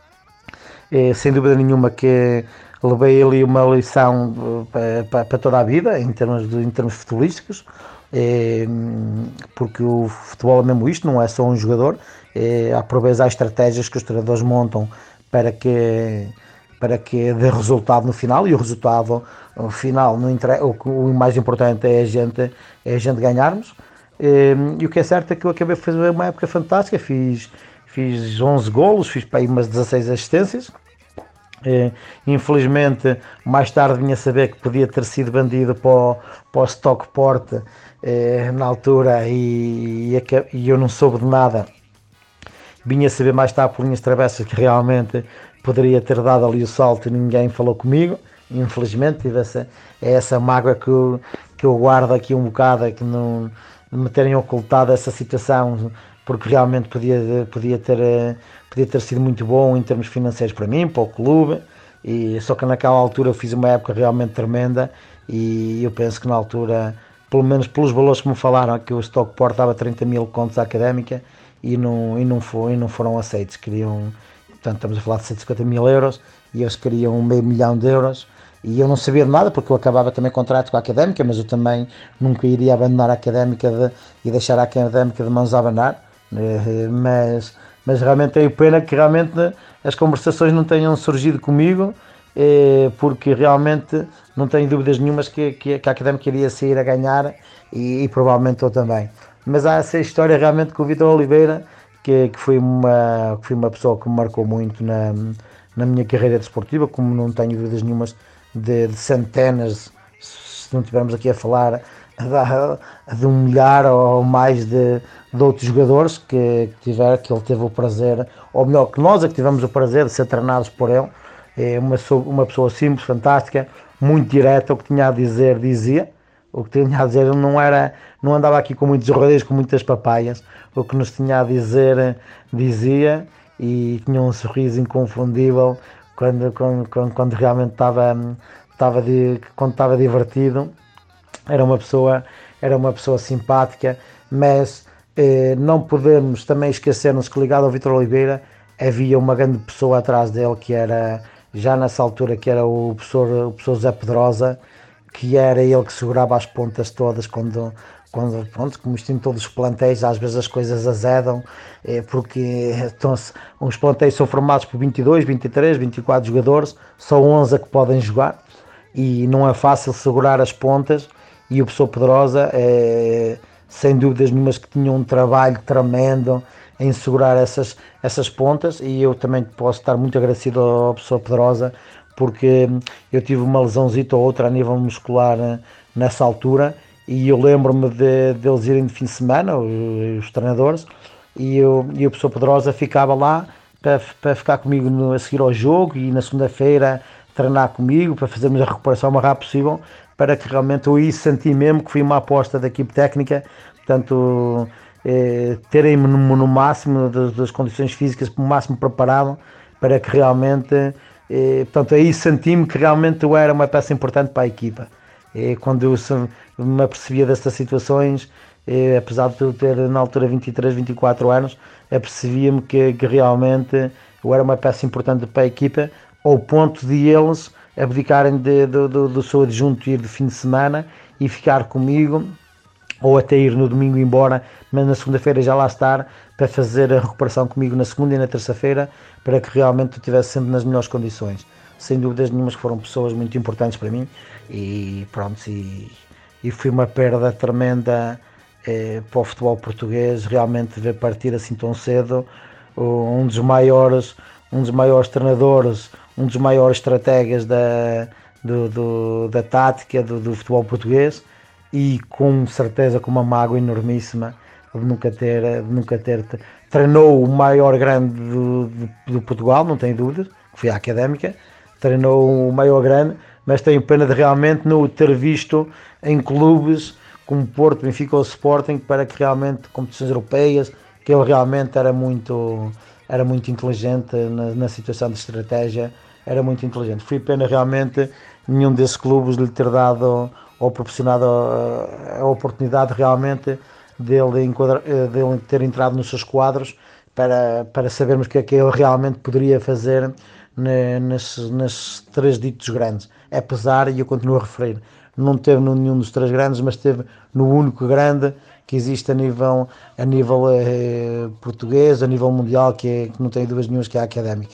É, sem dúvida nenhuma que levei ali uma lição para, para, para toda a vida em termos, de, em termos futebolísticos, é, porque o futebol é mesmo isto, não é só um jogador, é, há por vezes há estratégias que os treinadores montam para que, para que dê resultado no final, e o resultado no final, no, o, o mais importante é a gente, é a gente ganharmos. É, e o que é certo é que eu acabei de fazer uma época fantástica, fiz Fiz onze golos, fiz para aí umas dezasseis assistências. É, infelizmente, mais tarde vinha a saber que podia ter sido vendido para o, para o Stockport é, na altura, e, e, e eu não soube de nada. Vinha a saber mais tarde por linhas travessas que realmente poderia ter dado ali o salto e ninguém falou comigo. Infelizmente, tive essa, é essa mágoa que eu, que eu guardo aqui um bocado, é que não me terem ocultado essa situação, porque realmente podia, podia, ter, podia ter sido muito bom em termos financeiros para mim, para o clube, e, só que naquela altura eu fiz uma época realmente tremenda, e eu penso que na altura, pelo menos pelos valores que me falaram, que o Stockport dava trinta mil contos à Académica e não, e, não foi, e não foram aceitos, queriam, portanto estamos a falar de cento e cinquenta mil euros, e eles queriam meio milhão de euros, e eu não sabia de nada, porque eu acabava também contrato com a Académica, mas eu também nunca iria abandonar a Académica de, e deixar a Académica de mãos a abanar. Mas, mas realmente tenho pena que realmente as conversações não tenham surgido comigo, porque realmente não tenho dúvidas nenhumas que, que, que a Académica iria sair a ganhar, e, e provavelmente eu também. Mas há essa história realmente com o Vítor Oliveira, que, que, foi uma, que foi uma pessoa que me marcou muito na, na minha carreira desportiva, como não tenho dúvidas nenhumas de, de centenas, se não estivermos aqui a falar de, de um milhar ou mais de, de outros jogadores que, que, tiver, que ele teve o prazer, ou melhor, que nós é que tivemos o prazer de ser treinados por ele. É uma, uma pessoa simples, fantástica, muito direta, o que tinha a dizer, dizia, o que tinha a dizer, não, era, não andava aqui com muitos rodeios, com muitas papaias, o que nos tinha a dizer, dizia, e tinha um sorriso inconfundível quando, quando, quando, quando realmente estava, estava, de, quando estava divertido. Era uma pessoa, era uma pessoa simpática, mas eh, não podemos também esquecer-nos que, ligado ao Vítor Oliveira, havia uma grande pessoa atrás dele, que era, já nessa altura, que era o professor, o professor Zé Pedrosa, que era ele que segurava as pontas todas quando, quando pronto, como isto em todos os plantéis, às vezes as coisas azedam, é, porque então, os plantéis são formados por vinte e dois, vinte e três, vinte e quatro jogadores, só onze que podem jogar, e não é fácil segurar as pontas, e o Pessoa Pedrosa, é, sem dúvidas nenhumas, que tinha um trabalho tremendo em segurar essas, essas pontas, e eu também posso estar muito agradecido ao Pessoa Pedrosa, porque eu tive uma lesãozita ou outra a nível muscular nessa altura, e eu lembro-me de, de eles irem de fim de semana, os, os treinadores, e eu, e o Pessoa Pedrosa ficava lá para, para ficar comigo no, a seguir ao jogo, e na segunda-feira treinar comigo, para fazermos a recuperação o mais rápido possível, para que realmente eu isso senti mesmo que foi uma aposta da equipe técnica, portanto, eh, terem-me no, no máximo das, das condições físicas, no máximo preparado, para que realmente, eh, portanto, aí senti-me que realmente eu era uma peça importante para a equipa. E quando eu me apercebia dessas situações, eh, apesar de eu ter na altura vinte e três, vinte e quatro anos, apercebia-me que, que realmente eu era uma peça importante para a equipa, ao ponto de eles abdicarem de, de, de, do seu adjunto ir de fim de semana e ficar comigo, ou até ir no domingo embora, mas na segunda-feira já lá estar para fazer a recuperação comigo na segunda e na terça-feira, para que realmente eu estivesse sempre nas melhores condições. Sem dúvidas nenhumas que foram pessoas muito importantes para mim, e pronto, e, e foi uma perda tremenda eh, para o futebol português, realmente ver partir assim tão cedo um dos maiores, um dos maiores treinadores, um dos maiores estrategas da, do, do, da tática do, do futebol português, e com certeza com uma mágoa enormíssima de nunca ter, de nunca ter treinou o maior grande do, do, do Portugal, não tenho dúvida, que foi a Académica, treinou o maior grande, mas tenho pena de realmente não o ter visto em clubes como Porto, Benfica ou Sporting, para que realmente, competições europeias, que ele realmente era muito, era muito inteligente na, na situação de estratégia, era muito inteligente. Foi pena realmente nenhum desses clubes lhe ter dado ou proporcionado a, a oportunidade realmente dele, enquadra, dele ter entrado nos seus quadros, para, para sabermos o que é que ele realmente poderia fazer Nesses, nesses três ditos grandes, apesar, e eu continuo a referir, não teve nenhum dos três grandes, mas teve no único grande que existe a nível, a nível eh, português, a nível mundial, que, é, que não tenho dúvidas nenhumas, que é a Académica.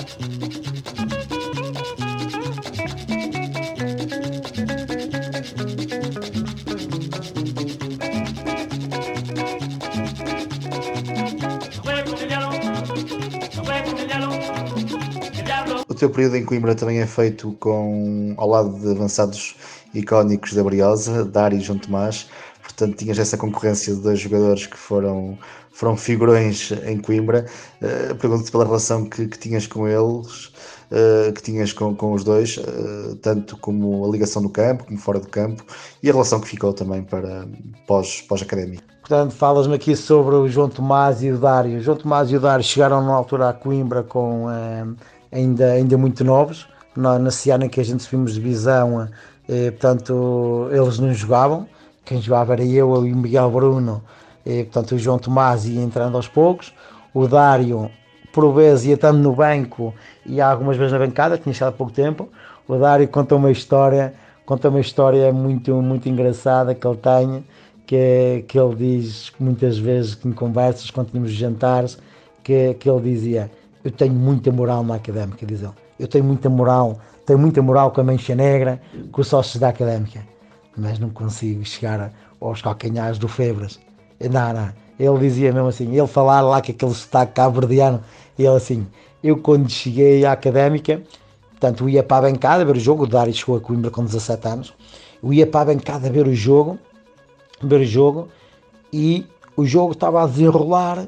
O teu período em Coimbra também é feito com, ao lado de avançados icónicos da Briosa, Dário e João Tomás, portanto tinhas essa concorrência de dois jogadores que foram, foram figurões em Coimbra. Uh, pergunto-te pela relação que, que tinhas com eles, uh, que tinhas com, com os dois, uh, tanto como a ligação no campo, como fora do campo, e a relação que ficou também para pós, pós-académica. Portanto, falas-me aqui sobre o João Tomás e o Dário. O João Tomás e o Dário chegaram na altura a Coimbra com... Uh, Ainda, ainda muito novos, nesse ano em que a gente subimos de divisão, eh, portanto, eles não jogavam, quem jogava era eu e o Miguel Bruno, eh, portanto, o João Tomás ia entrando aos poucos, o Dário, por vezes, ia estando no banco e algumas vezes na bancada, tinha chegado há pouco tempo. O Dário conta uma história, conta uma história muito, muito engraçada que ele tem, que, é, que ele diz muitas vezes em conversas, quando tínhamos jantares, que, que ele dizia: eu tenho muita moral na Académica, diz ele. Eu tenho muita moral, tenho muita moral com a Mancha Negra, com os sócios da Académica, mas não consigo chegar aos calcanhares do Febras. Não, não. Ele dizia mesmo assim, ele falar lá com aquele sotaque cabo-verdiano, e ele assim, eu quando cheguei à Académica, portanto, eu ia para a bancada ver o jogo, o Dário chegou a Coimbra com dezassete anos, eu ia para a bancada ver o jogo, ver o jogo, e o jogo estava a desenrolar,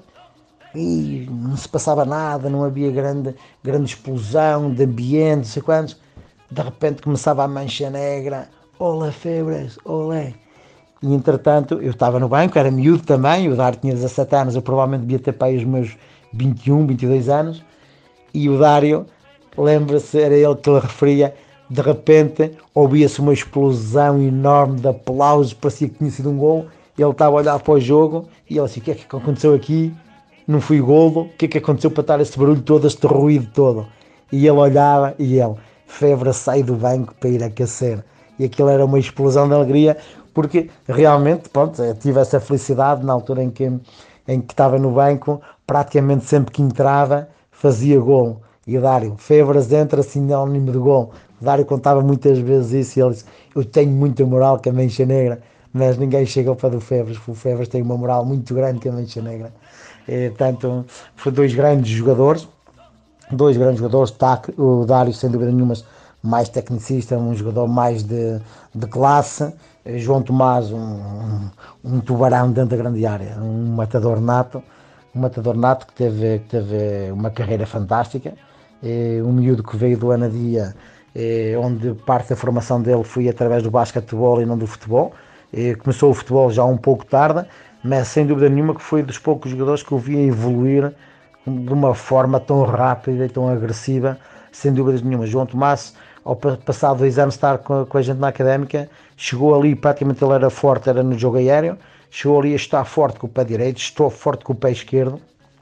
e não se passava nada, não havia grande, grande explosão de ambiente, não sei quantos. De repente começava a Mancha Negra, olé Febras, olé. E entretanto, eu estava no banco, era miúdo também, o Dário tinha dezassete anos, eu provavelmente devia ter para aí os meus vinte e um, vinte e dois anos, e o Dário, lembra-se, era ele que ele referia, de repente ouvia-se uma explosão enorme de aplausos, parecia que tinha sido um gol, ele estava a olhar para o jogo, e ele assim, o que é que aconteceu aqui? Não fui golo, o que é que aconteceu para estar esse barulho todo, este ruído todo? E ele olhava e ele, Febra sai do banco para ir aquecer. e aquilo era uma explosão de alegria, porque realmente, pronto, eu tive essa felicidade na altura em que, em que estava no banco, praticamente sempre que entrava, fazia gol. E o Dário Febras entra sinónimo de gol. O Dário contava muitas vezes isso e ele disse, eu tenho muita moral com a Mancha Negra, mas ninguém chega ao pé do Febras. O Febras tem uma moral muito grande com a Mancha Negra. E, portanto, foi dois grandes jogadores, dois grandes jogadores, o Dário sem dúvida nenhuma mais tecnicista, um jogador mais de, de classe, João Tomás um, um, um tubarão dentro da grande área, um matador nato, um matador nato que teve, que teve uma carreira fantástica, e um miúdo que veio do Anadia, e onde parte da formação dele foi através do basquetebol e não do futebol, e começou o futebol já um pouco tarde, mas sem dúvida nenhuma que foi dos poucos jogadores que eu via evoluir de uma forma tão rápida e tão agressiva, sem dúvidas nenhuma. João Tomás, ao passar dois anos de estar com a, com a gente na Académica, chegou ali, praticamente ele era forte, era no jogo aéreo, chegou ali a estar forte com o pé direito, estou forte com o pé esquerdo,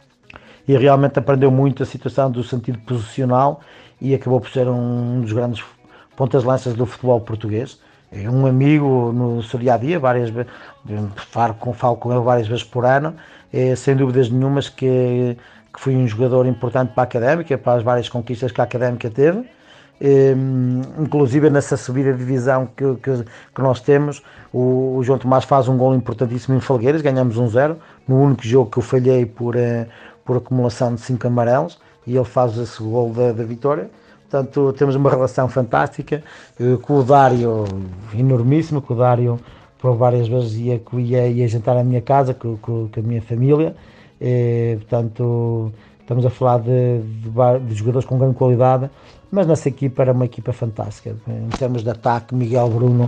e realmente aprendeu muito a situação do sentido posicional, e acabou por ser um dos grandes pontas-lanças do futebol português. É um amigo no seu dia-a-dia, várias vezes, falo com, falo com ele várias vezes por ano, é, sem dúvidas nenhumas que, que foi um jogador importante para a Académica, para as várias conquistas que a Académica teve, é, inclusive nessa subida de divisão que, que, que nós temos, o, o João Tomás faz um gol importantíssimo em Felgueiras, ganhamos um zero, no único jogo que eu falhei por, por acumulação de cinco amarelos, e ele faz esse gol da, da vitória. Portanto, temos uma relação fantástica, com o Dário enormíssimo, com o Dário por várias vezes ia, ia, ia jantar à minha casa, com, com, com a minha família, e, portanto, estamos a falar de, de, de jogadores com grande qualidade, mas nossa equipa era uma equipa fantástica. Em termos de ataque, Miguel Bruno,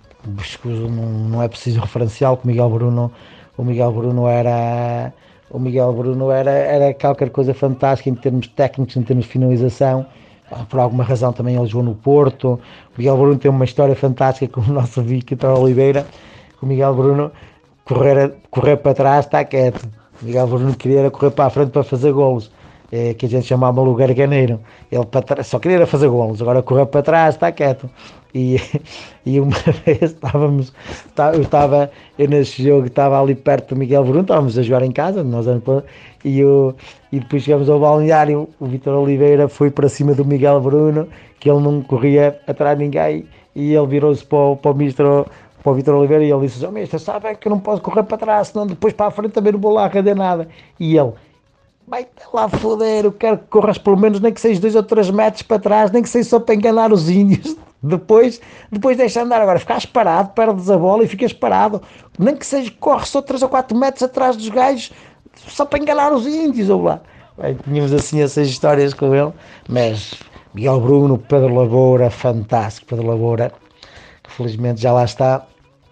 não, não é preciso referencial, que o Miguel Bruno, o Miguel Bruno era... O Miguel Bruno era, era qualquer coisa fantástica em termos técnicos, em termos de finalização. Por alguma razão também ele jogou no Porto. O Miguel Bruno tem uma história fantástica com o nosso Vítor Oliveira. O Miguel Bruno correr, correr para trás está quieto. O Miguel Bruno queria correr para a frente para fazer golos, é, que a gente chamava o garganeiro. Ele para trás, só queria fazer golos, agora correr para trás está quieto. E, e uma vez estávamos, eu estava, eu nesse jogo estava ali perto do Miguel Bruno, estávamos a jogar em casa, nós e, eu, e depois chegamos ao balneário, o Vítor Oliveira foi para cima do Miguel Bruno, que ele não corria atrás de ninguém, e ele virou-se para o, para o Mistro, para o Vítor Oliveira, e ele disse, oh, Mister, sabe que eu não posso correr para trás, senão depois para a frente também não vou lá render nada. E ele, vai lá foder, eu quero que corras pelo menos nem que seja dois ou três metros para trás, nem que seja só para enganar os índios. Depois, depois deixa andar, agora ficas parado, perdes a bola e ficas parado, nem que seja, corre só três ou quatro metros atrás dos gajos, só para enganar os índios, ou lá. Bem, tínhamos assim essas histórias com ele, mas Miguel Bruno, Pedro Laboura, fantástico, Pedro Laboura, que felizmente já lá está,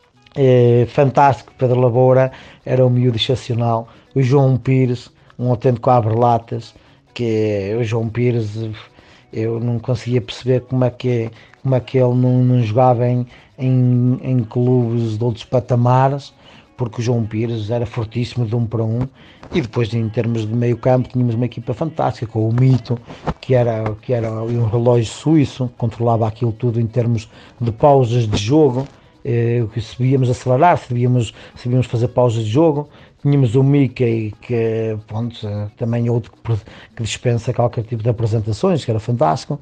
é, fantástico, Pedro Laboura, era um miúdo excepcional, o João Pires, um autêntico abre-latas, que o João Pires, eu não conseguia perceber como é que como é que ele não, não jogava em, em, em clubes de outros patamares, porque o João Pires era fortíssimo de um para um, e depois em termos de meio campo tínhamos uma equipa fantástica, com o Mito, que era, que era um relógio suíço, controlava aquilo tudo em termos de pausas de jogo, eh, que sabíamos acelerar, sabíamos, sabíamos fazer pausas de jogo. Tínhamos o Mickey, que pronto, também outro que dispensa qualquer tipo de apresentações, que era fantástico.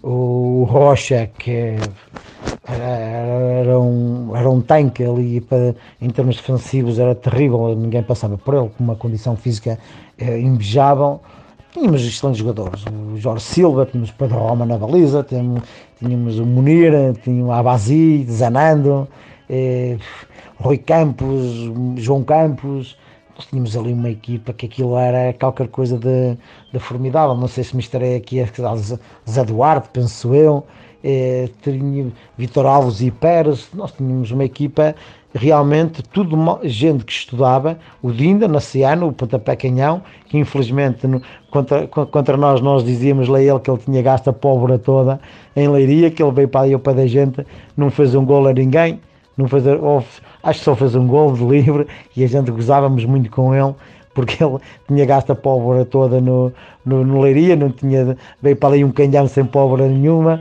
O Rocha, que era, era, um, era um tanque ali, para, em termos defensivos era terrível, ninguém passava por ele, com uma condição física é, invejável. Tínhamos excelentes jogadores, o Jorge Silva, tínhamos o Pedro Roma na baliza, tínhamos, tínhamos o Munir, tínhamos o Abazi, Zanando, é, Rui Campos, João Campos. Nós tínhamos ali uma equipa que aquilo era qualquer coisa de, de formidável. Não sei se me estarei aqui a Zé Duarte, penso eu, eh, tinha Vitor Alves e Pérez. Nós tínhamos uma equipa realmente, tudo gente que estudava, o Dinda, Naciano, o Pontapé Canhão, que infelizmente no, contra, contra nós, nós dizíamos lá ele que ele tinha gasto a pólvora toda em Leiria, que ele veio para aí ao pé da gente, não fez um gol a ninguém. Não fez, ou, acho que só fez um gol de livre, e a gente gozávamos muito com ele, porque ele tinha gasto a pólvora toda no, no, no Leiria, não tinha, veio para ali um canhão sem pólvora nenhuma,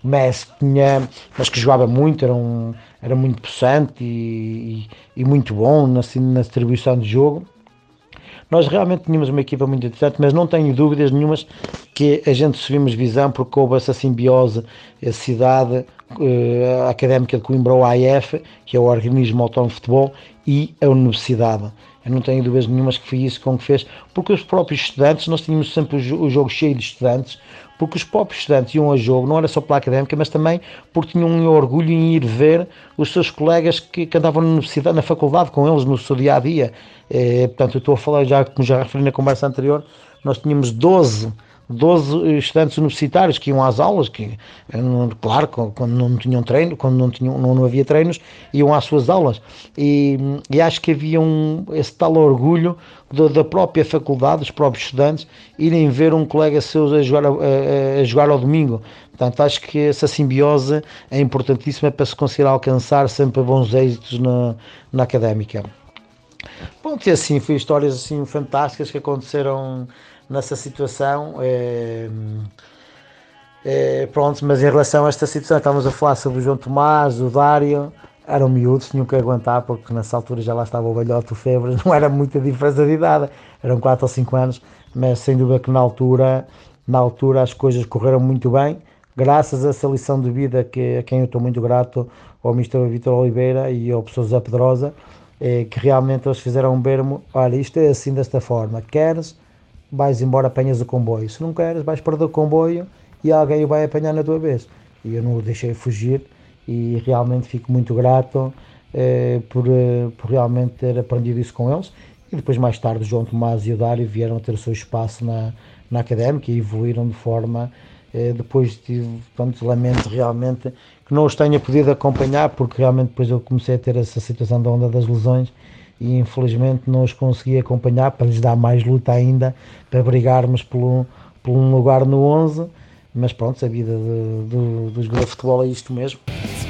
mas, tinha, mas que jogava muito, era, um, era muito possante e, e, e muito bom na, na distribuição de jogo. Nós realmente tínhamos uma equipa muito interessante, mas não tenho dúvidas nenhumas que a gente subimos visão porque houve essa simbiose, a cidade eh, a Académica de Coimbra, o A I F, que é o Organismo Autónomo de Futebol, e a Universidade. Eu não tenho dúvidas nenhumas que foi isso com que fez, porque os próprios estudantes, nós tínhamos sempre o, o jogo cheio de estudantes, porque os próprios estudantes iam a jogo, não era só pela Académica, mas também porque tinham um orgulho em ir ver os seus colegas que, que andavam na universidade, na faculdade com eles, no seu dia-a-dia. É, portanto, eu estou a falar, já como já referi na conversa anterior, nós tínhamos doze estudantes universitários que iam às aulas, que, claro, quando não tinham treino, quando não, tinham, não, não havia treinos, iam às suas aulas, e, e acho que havia um, esse tal orgulho da, da própria faculdade, dos próprios estudantes, irem ver um colega seu a jogar, a, a jogar ao domingo. Portanto, acho que essa simbiose é importantíssima para se conseguir alcançar sempre bons êxitos na, na Académica. Bom, e assim, foi histórias assim fantásticas que aconteceram nessa situação. É, é, pronto, mas em relação a esta situação, estávamos a falar sobre o João Tomás, o Dário, eram miúdos, tinham que aguentar, porque nessa altura já lá estava o velhote, o Febres, não era muita diferença de idade, eram quatro ou cinco anos, mas sem dúvida que na altura, na altura as coisas correram muito bem, graças a essa lição de vida que, a quem eu estou muito grato, ao mister Vítor Oliveira e ao professor José Pedrosa, é, que realmente eles fizeram ver-me, olha, isto é assim desta forma, queres, vais embora, apanhas o comboio, se não queres, vais perder o comboio e alguém o vai apanhar na tua vez. E eu não o deixei fugir e realmente fico muito grato eh, por, eh, por realmente ter aprendido isso com eles. E depois mais tarde o João Tomás e o Dário vieram a ter o seu espaço na, na Académica e evoluíram de forma, eh, depois tive, portanto, lamento realmente que não os tenha podido acompanhar, porque realmente depois eu comecei a ter essa situação da onda das lesões e infelizmente não os consegui acompanhar, para lhes dar mais luta ainda, para brigarmos por um, por um lugar no onze, mas pronto, a vida de, de, do jogador de futebol é isto mesmo.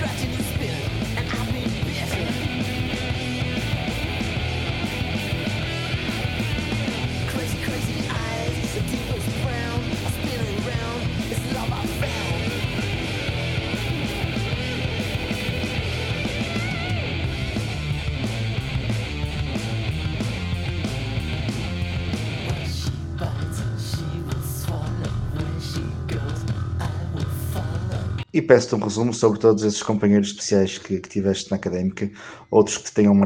E peço-te um resumo sobre todos esses companheiros especiais que, que tiveste na Académica, outros que te tenham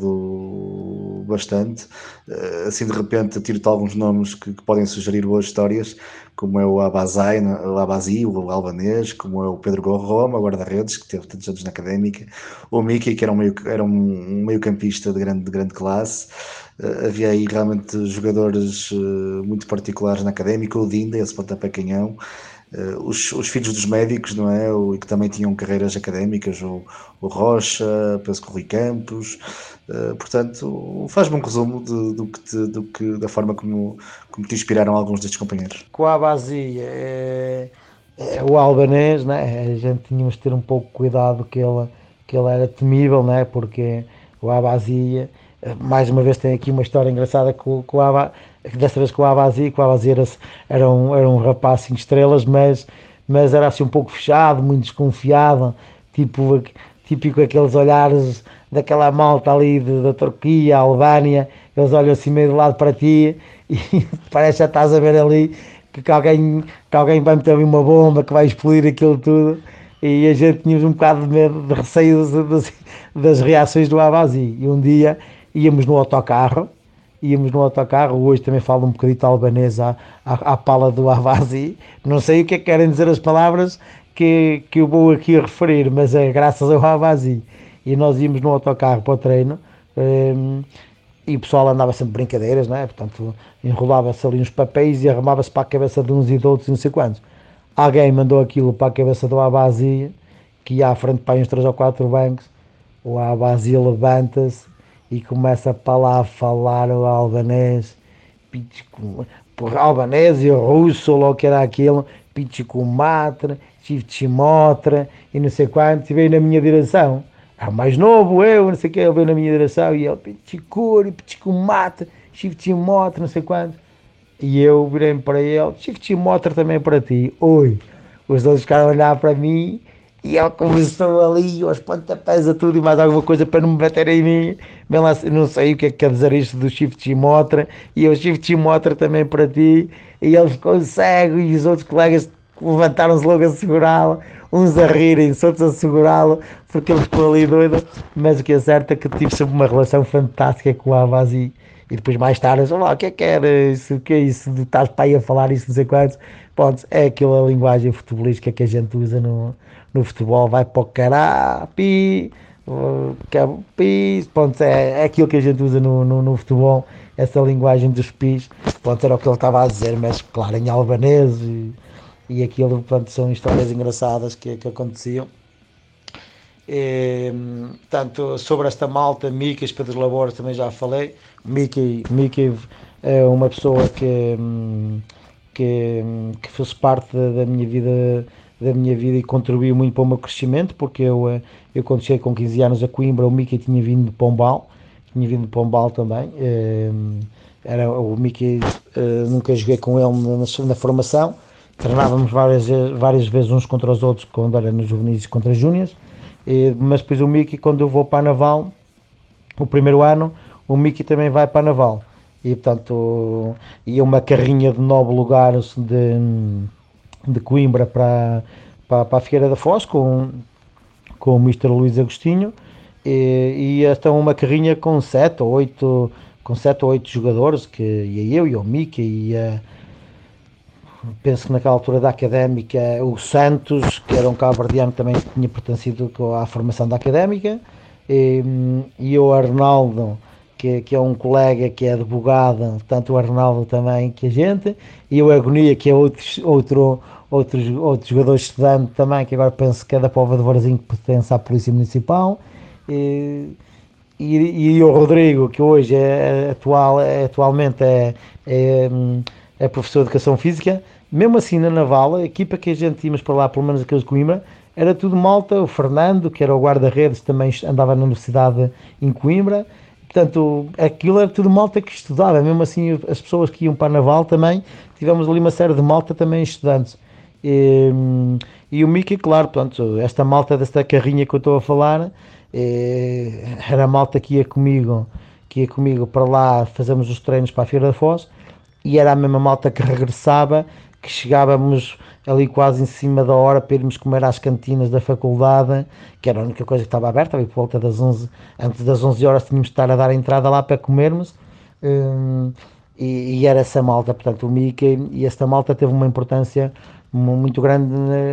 marcado bastante. Assim de repente tiro-te alguns nomes que, que podem sugerir boas histórias, como é o Abazai, o Abazi, o Albanês, como é o Pedro Gorroma, guarda-redes, que teve tantos anos na Académica, o Miki, que era um meio, era um meio campista de grande, de grande classe. Uh, havia aí realmente jogadores uh, muito particulares na Académica, o Dinda, esse pontapé canhão. Uh, os, os filhos dos médicos, não é? O, que também tinham carreiras académicas, o, o Rocha, penso que o Rui Campos. Uh, portanto, faz-me um resumo de, do que te, do que, da forma como, como te inspiraram alguns destes companheiros. Com a Abazi, é, é, o Albanês, né? A gente tínhamos de ter um pouco cuidado que ele, que ele era temível, né? Porque o Abazi, mais uma vez tem aqui uma história engraçada com, com o Abazi, desta vez com o Abazi, que o Abazi era, era, um, era um rapaz cinco estrelas, mas, mas era assim um pouco fechado, muito desconfiado, tipo, típico aqueles olhares daquela malta ali de, da Turquia, Albânia, eles olham assim meio de lado para ti e parece que já estás a ver ali que, que, alguém, que alguém vai meter ali uma bomba, que vai explodir aquilo tudo, e a gente tínhamos um bocado de medo, de receio das, das reações do Abazi. E um dia íamos no autocarro, íamos no autocarro, hoje também falo um bocadito albanês à, à, à pala do Abazi, não sei o que é que querem dizer as palavras que, que eu vou aqui referir, mas é graças ao Abazi. E nós íamos no autocarro para o treino, um, e o pessoal andava sempre brincadeiras, não é? Portanto, enrolava-se ali uns papéis e arrumava-se para a cabeça de uns e de outros, não sei quantos. Alguém mandou aquilo para a cabeça do Abazi, que ia à frente para uns três ou quatro bancos, o Abazi levanta-se e começa para lá a falar o albanês, por albanês e russo, ou o que era aquilo, pichicumatra, chifchimotra, e não sei quanto, e veio na minha direção. É o mais novo, eu, não sei o que, ele veio na minha direção, e ele, pichicuri, pichicumatra, chifchimotra, não sei quanto. E eu virei para ele, chifchimotra também para ti. Oi, os outros ficaram a olhar para mim e ele começou ali aos pontapés a tudo e mais alguma coisa para não me bater em mim. Bem lá, não sei o que é que quer dizer isto do Shift Motra, e eu Shift Motra também para ti, e ele ficou cego e os outros colegas levantaram-se logo a segurá-lo, uns a rirem-se, outros a segurá-lo, porque ele ficou ali doido. Mas o que é certo é que tive sempre uma relação fantástica com o Avazi. E depois mais tarde eu falei, o que é que era isso, o que é isso, de estás para aí a falar isso, não sei quantos. Pronto, é aquela linguagem futebolística que a gente usa no, no futebol, vai para o cará, pi, pi, pronto, é, é aquilo que a gente usa no, no, no futebol, essa linguagem dos pis. Pronto, era o que ele estava a dizer, mas claro, em albanês, e, e aquilo, pronto, são histórias engraçadas que, que aconteciam. E, tanto sobre esta malta, Mickey, Pedro Labor, também já falei. Mickey, Mickey é uma pessoa que, que, que fez parte da, da minha vida, da minha vida e contribuiu muito para o meu crescimento, porque eu, eu quando cheguei com quinze anos a Coimbra, o Mickey tinha vindo de Pombal, tinha vindo de Pombal também. Era, o Mickey, nunca joguei com ele na, na formação, treinávamos várias, várias vezes uns contra os outros, quando era nos juvenis contra as júniores. E, mas depois o Mickey, quando eu vou para a Naval, o primeiro ano, o Mickey também vai para a Naval. E portanto, ia uma carrinha de nove lugares de, de Coimbra para, para, para a Figueira da Foz, com, com o mister Luís Agostinho, e, e esta uma carrinha com sete ou oito, com sete ou oito jogadores, que ia eu e o Mickey, e a penso que naquela altura da Académica, o Santos, que era um cabo-verdiano que também tinha pertencido à formação da Académica, e, e o Arnaldo, que, que é um colega que é advogado, tanto o Arnaldo também que a gente, e o Agonia, que é outro, outro, outro, outro jogador estudante também, que agora penso que é da Póvoa de Varzim, que pertence à Polícia Municipal, e, e, e o Rodrigo, que hoje é, atual, é, atualmente é, é, é professor de Educação Física. Mesmo assim, na Naval, a equipa que a gente íamos para lá, pelo menos aqueles de Coimbra, era tudo malta. O Fernando, que era o guarda-redes, também andava na universidade em Coimbra. Portanto, aquilo era tudo malta que estudava. Mesmo assim, as pessoas que iam para a Naval também, tivemos ali uma série de malta também estudantes. E, e o Mickey, claro, portanto, esta malta desta carrinha que eu estou a falar, era a malta que ia comigo, que ia comigo para lá, fazemos os treinos para a Figueira da Foz, e era a mesma malta que regressava, que chegávamos ali quase em cima da hora para irmos comer às cantinas da faculdade, que era a única coisa que estava aberta, ali por volta das onze, antes das onze horas tínhamos de estar a dar a entrada lá para comermos, um, e, e era essa malta, portanto o Mickey, e esta malta teve uma importância muito grande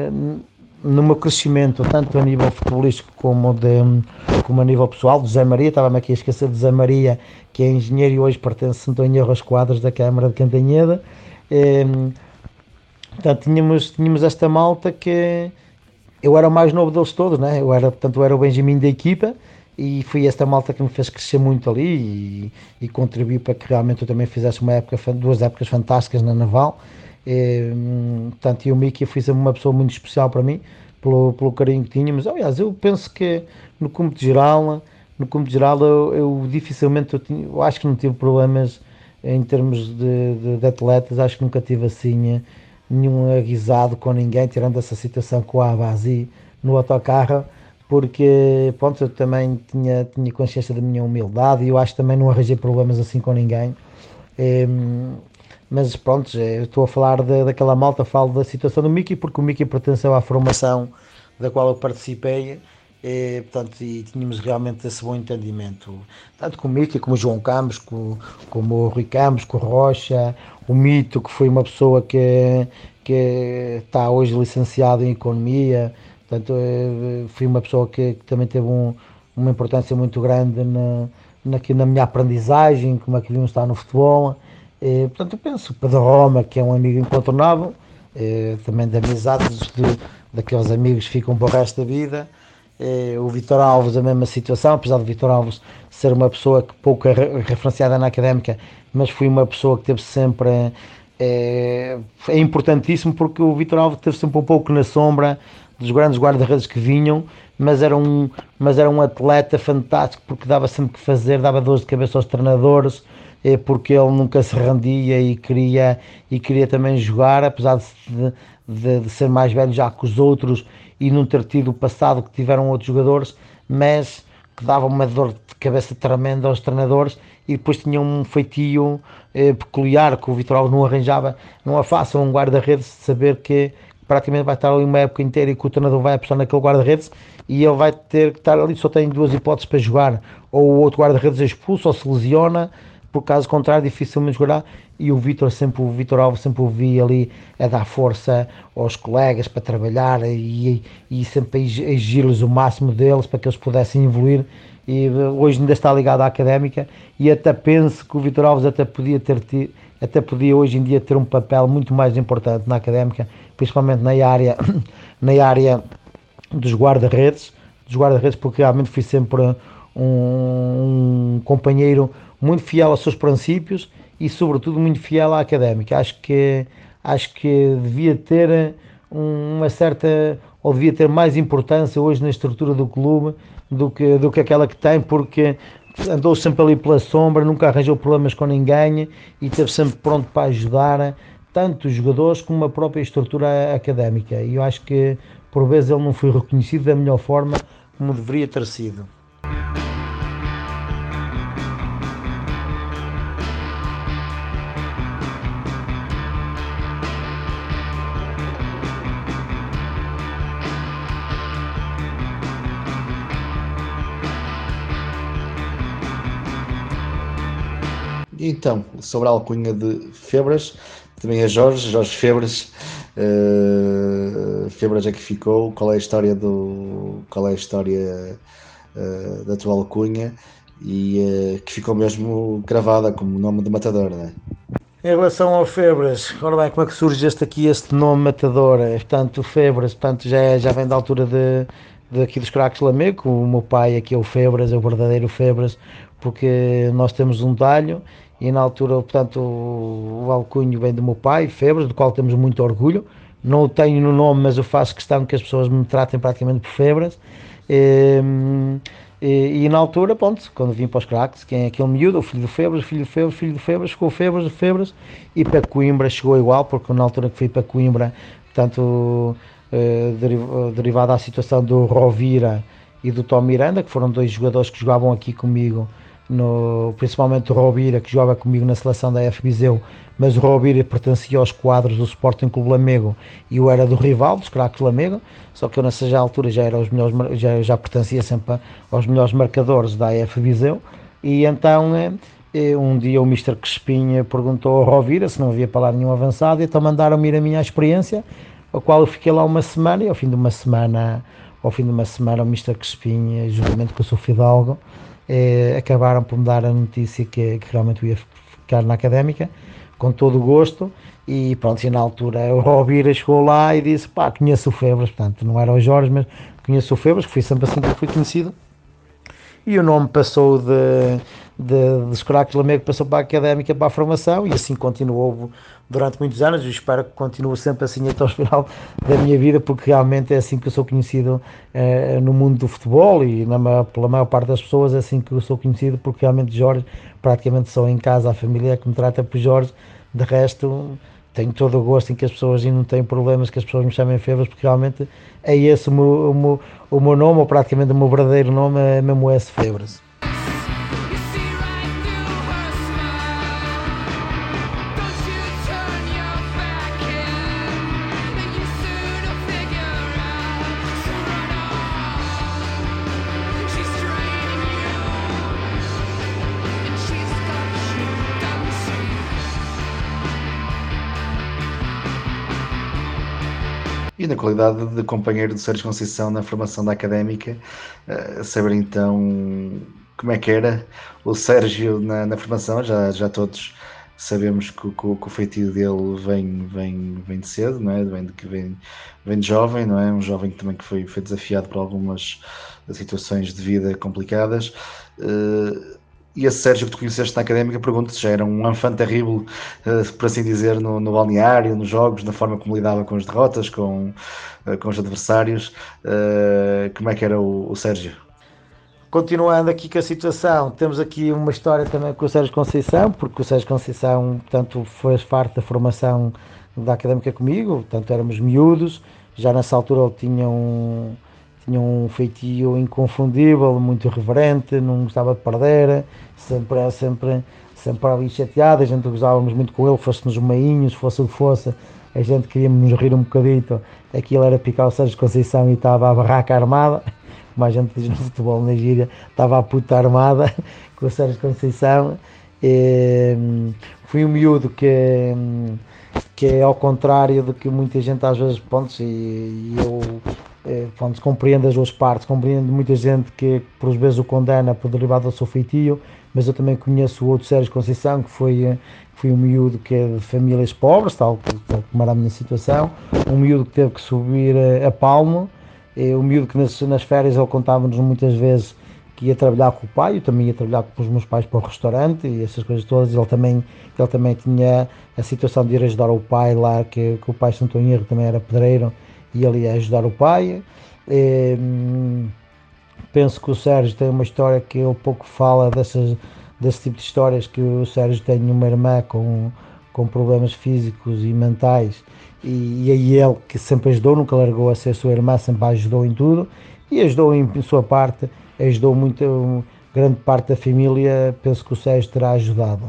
no meu crescimento, tanto a nível futebolístico como, de, como a nível pessoal. Do Zé Maria, estava-me aqui a esquecer do Zé Maria, que é engenheiro e hoje pertence, não estou em erro, aos quadros da Câmara de Cantanhede. Um, Portanto, tínhamos, tínhamos esta malta que eu era o mais novo deles todos, né? Eu era, portanto, eu era o Benjamin da equipa, e foi esta malta que me fez crescer muito ali e, e contribuiu para que realmente eu também fizesse uma época, duas épocas fantásticas na Naval. E, portanto, e o Mickey foi uma pessoa muito especial para mim, pelo, pelo carinho que tínhamos. Aliás, eu penso que no cômputo geral, no cômputo geral eu, eu dificilmente, eu, tinha, eu acho que não tive problemas em termos de, de, de atletas, acho que nunca tive assim nenhum aguisado com ninguém, tirando essa situação com a Avazi no autocarro, porque pronto, eu também tinha, tinha consciência da minha humildade e eu acho que também não arranjei problemas assim com ninguém. E, mas pronto, eu estou a falar de, daquela malta, falo da situação do Mickey, porque o Mickey pertenceu à formação da qual eu participei, e, portanto, e tínhamos realmente esse bom entendimento, tanto com o Mickey, como o João Campos, com, como o Rui Campos, com o Rocha, o Mito, que foi uma pessoa que, que está hoje licenciado em Economia, portanto, foi uma pessoa que, que também teve um, uma importância muito grande na, na, na minha aprendizagem, como é que devíamos estar no futebol. E, portanto, eu penso, o Pedro Roma, que é um amigo incontornável, e, também de amizades, de, daqueles amigos que ficam para o resto da vida. E, o Vítor Alves, a mesma situação, apesar de Vítor Alves ser uma pessoa que pouco é referenciada na Académica, mas foi uma pessoa que teve sempre, é, é importantíssimo, porque o Vítor Alves teve sempre um pouco na sombra dos grandes guarda-redes que vinham, mas era, um, mas era um atleta fantástico, porque dava sempre que fazer, dava dores de cabeça aos treinadores, é porque ele nunca se rendia e queria, e queria também jogar, apesar de, de, de ser mais velho já que os outros e não ter tido o passado que tiveram outros jogadores, mas que dava uma dor de cabeça tremenda aos treinadores, e depois tinha um feitio eh, peculiar que o Vítor Alves não arranjava. Não é fácil um guarda-redes saber que praticamente vai estar ali uma época inteira e que o treinador vai apostar naquele guarda-redes e ele vai ter que estar ali, só tem duas hipóteses para jogar: ou o outro guarda-redes é expulso ou se lesiona, por caso contrário dificilmente jogará. E o Vítor sempre, o Vítor Alves sempre o via ali a dar força aos colegas para trabalhar e, e sempre a exigir-lhes o máximo deles para que eles pudessem evoluir. E hoje ainda está ligado à Académica, e até penso que o Vítor Alves até podia ter tido, até podia hoje em dia ter um papel muito mais importante na Académica, principalmente na área, na área dos guarda-redes, dos guarda-redes, porque realmente fui sempre um, um companheiro muito fiel aos seus princípios e sobretudo muito fiel à Académica. Acho que, acho que devia ter uma certa, ou devia ter mais importância hoje na estrutura do clube do que, do que aquela que tem, porque andou sempre ali pela sombra, nunca arranjou problemas com ninguém e esteve sempre pronto para ajudar tanto os jogadores como a própria estrutura académica. E eu acho que por vezes ele não foi reconhecido da melhor forma como deveria ter sido. Então, sobre a alcunha de Febras, também é Jorge, Jorge Febras. Uh, Febras é que ficou. Qual é a história do, qual é a história uh, da tua alcunha e uh, que ficou mesmo gravada como nome de matador, não é? Em relação ao Febras, ora bem, como é que surge este aqui, este nome matador? Portanto, Febras, portanto, já, é, já vem da altura de, de aqui dos Craques de Lamego. O meu pai aqui é o Febras, é o verdadeiro Febras, porque nós temos um talho. E na altura, portanto, o, o alcunho vem do meu pai, Febras, do qual temos muito orgulho. Não o tenho no nome, mas eu faço questão que as pessoas me tratem praticamente por Febras. E, e, e na altura, pronto, quando vim para os Craques, quem é aquele miúdo, o filho do Febras, filho do Febras, filho do Febras, ficou Febras, Febras, e para Coimbra chegou igual, porque na altura que fui para Coimbra, portanto, eh, derivado da situação do Rovira e do Tom Miranda, que foram dois jogadores que jogavam aqui comigo, No, principalmente o Rovira, que joga comigo na seleção da F Viseu, mas o Rovira pertencia aos quadros do Sporting Clube Lamego e eu era do rival, dos Craques de Lamego, só que eu nessa altura já, era os melhores, já, já pertencia sempre aos melhores marcadores da F Viseu. E então um dia o mister Crespinha perguntou ao Rovira se não havia para lá nenhum avançado, e então mandaram-me ir a minha experiência, a qual eu fiquei lá uma semana, e ao fim de uma semana, ao fim de uma semana o mister Crespinha, juntamente com o seu Fidalgo, Eh, acabaram por me dar a notícia que, que realmente eu ia ficar na Académica, com todo o gosto. E pronto, e na altura o Rovira chegou lá e disse: pá, conheço o Febras, portanto não era o Jorge, mas conheço o Febras, que fui sempre assim que eu fui conhecido. E o nome passou de, de, dos Craques de Lamego, passou para a Académica, para a formação, e assim continuou durante muitos anos. Eu espero que continue sempre assim até ao final da minha vida, porque realmente é assim que eu sou conhecido eh, no mundo do futebol, e na, pela maior parte das pessoas é assim que eu sou conhecido, porque realmente Jorge, praticamente só em casa a família é que me trata por Jorge. De resto, tenho todo o gosto em que as pessoas, e não tenho problemas que as pessoas me chamem Febras, porque realmente é esse o meu, o meu, o meu nome, ou praticamente o meu verdadeiro nome é mesmo esse, Febras. E na qualidade de companheiro do Sérgio Conceição na formação da Académica, uh, saber então como é que era o Sérgio na, na formação. Já, já todos sabemos que, que, que o feitio dele vem, vem, vem de cedo, não é? Vem, de, vem, vem de jovem, não é? Um jovem que também que foi, foi desafiado por algumas situações de vida complicadas. Uh, E esse Sérgio que tu conheceste na Académica, pergunto-te, já era um enfant terrível, uh, por assim dizer, no, no balneário, nos jogos, na forma como lidava com as derrotas, com, uh, com os adversários. Uh, como é que era o, o Sérgio? continuando aqui com a situação, temos aqui uma história também com o Sérgio Conceição, porque o Sérgio Conceição, portanto, foi parte da formação da Académica comigo, portanto, éramos miúdos, já nessa altura ele tinha um, tinha um feitio inconfundível, muito irreverente, não gostava de perder, sempre, sempre, sempre ali chateado, a gente gozávamos muito com ele, fosse-nos meinhos, fosse o que fosse, a gente queríamos nos rir um bocadito, aquilo era picar o Sérgio Conceição e estava a barraca armada, como a gente diz no futebol na gíria, estava a puta armada com o Sérgio Conceição. E, fui um miúdo que, que é ao contrário do que muita gente às vezes, pontos, e, e eu pontos, compreendo as duas partes, compreendo muita gente que por vezes o condena por derivado do seu feitio, mas eu também conheço o outro Sérgio Conceição, que foi, foi um miúdo que é de famílias pobres, tal, tal como era a minha situação, um miúdo que teve que subir a, a palmo. O miúdo que nas, nas férias ele contava-nos muitas vezes que ia trabalhar com o pai, eu também ia trabalhar com os meus pais para o restaurante e essas coisas todas, ele também, ele também tinha a situação de ir ajudar o pai lá, que, que o pai, se não estou em erro, também era pedreiro, e ele ia ajudar o pai. E, hum, penso que o Sérgio tem uma história que ele pouco fala dessas, desse tipo de histórias, que o Sérgio tem uma irmã com, com problemas físicos e mentais, e, e aí ele que sempre ajudou, nunca largou a ser sua irmã, sempre a ajudou em tudo, e ajudou em, em sua parte, ajudou muito, grande parte da família, penso que o Sérgio terá ajudado.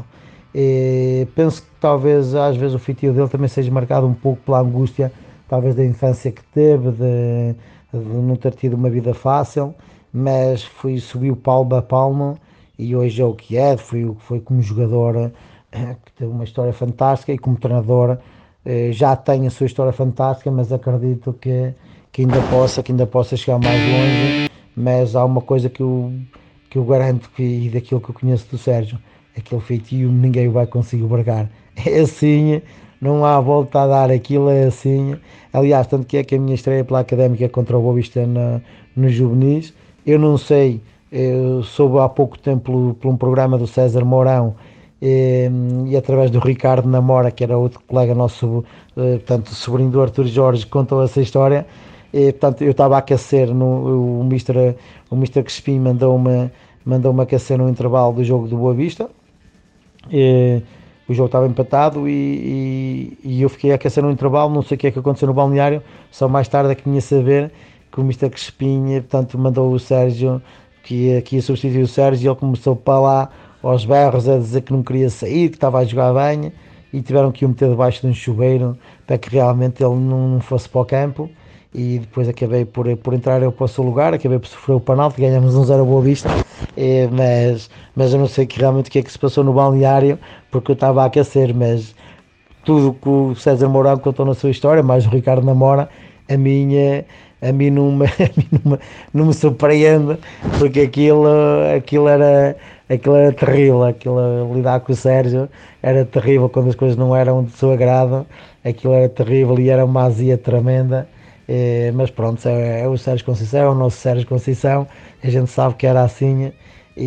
E penso que talvez, às vezes, o feitio dele também seja marcado um pouco pela angústia, talvez da infância que teve, de, de não ter tido uma vida fácil, mas foi, subiu palmo a palmo, e hoje é o que é, foi, foi como jogador, que teve uma história fantástica, e como treinador, já tem a sua história fantástica, mas acredito que, que, ainda possa, que ainda possa chegar mais longe. Mas há uma coisa que eu, que eu garanto, que, e daquilo que eu conheço do Sérgio, aquele feitio ninguém vai conseguir bargar, é assim, não há volta a dar, aquilo é assim. Aliás, tanto que é que a minha estreia pela Académica contra o Boa Vista na, no Juvenis, eu não sei, eu soube há pouco tempo por, por um programa do César Mourão, E, e através do Ricardo Namora, que era outro colega nosso, portanto, sobrinho do Arthur Jorge, contou essa história. E, portanto, eu estava a aquecer, no, o Mister o Mister Crespim mandou-me mandou-me aquecer no intervalo do jogo do Boa Vista. E, o jogo estava empatado e, e, e eu fiquei a aquecer no intervalo, não sei o que é que aconteceu no balneário, só mais tarde é que vinha saber que o Mister Crespim, portanto, mandou o Sérgio, que ia, que ia substituir o Sérgio, e ele começou para lá aos berros a dizer que não queria sair, que estava a jogar bem, e tiveram que o meter debaixo de um chuveiro para que realmente ele não fosse para o campo. E depois acabei por, por entrar eu para o seu lugar, acabei por sofrer o penalti, ganhamos um zero a Boa Vista, e, mas, mas eu não sei que, realmente o que é que se passou no balneário, porque eu estava a aquecer, mas tudo o que o César Mourão contou na sua história, mais o Ricardo Namora, a minha... a mim não me, a mim não me, não me surpreende, porque aquilo, aquilo, era, aquilo era terrível, aquilo, lidar com o Sérgio era terrível, quando as coisas não eram de seu agrado, aquilo era terrível e era uma azia tremenda. É, mas pronto, é, é o Sérgio Conceição, é o nosso Sérgio Conceição, a gente sabe que era assim,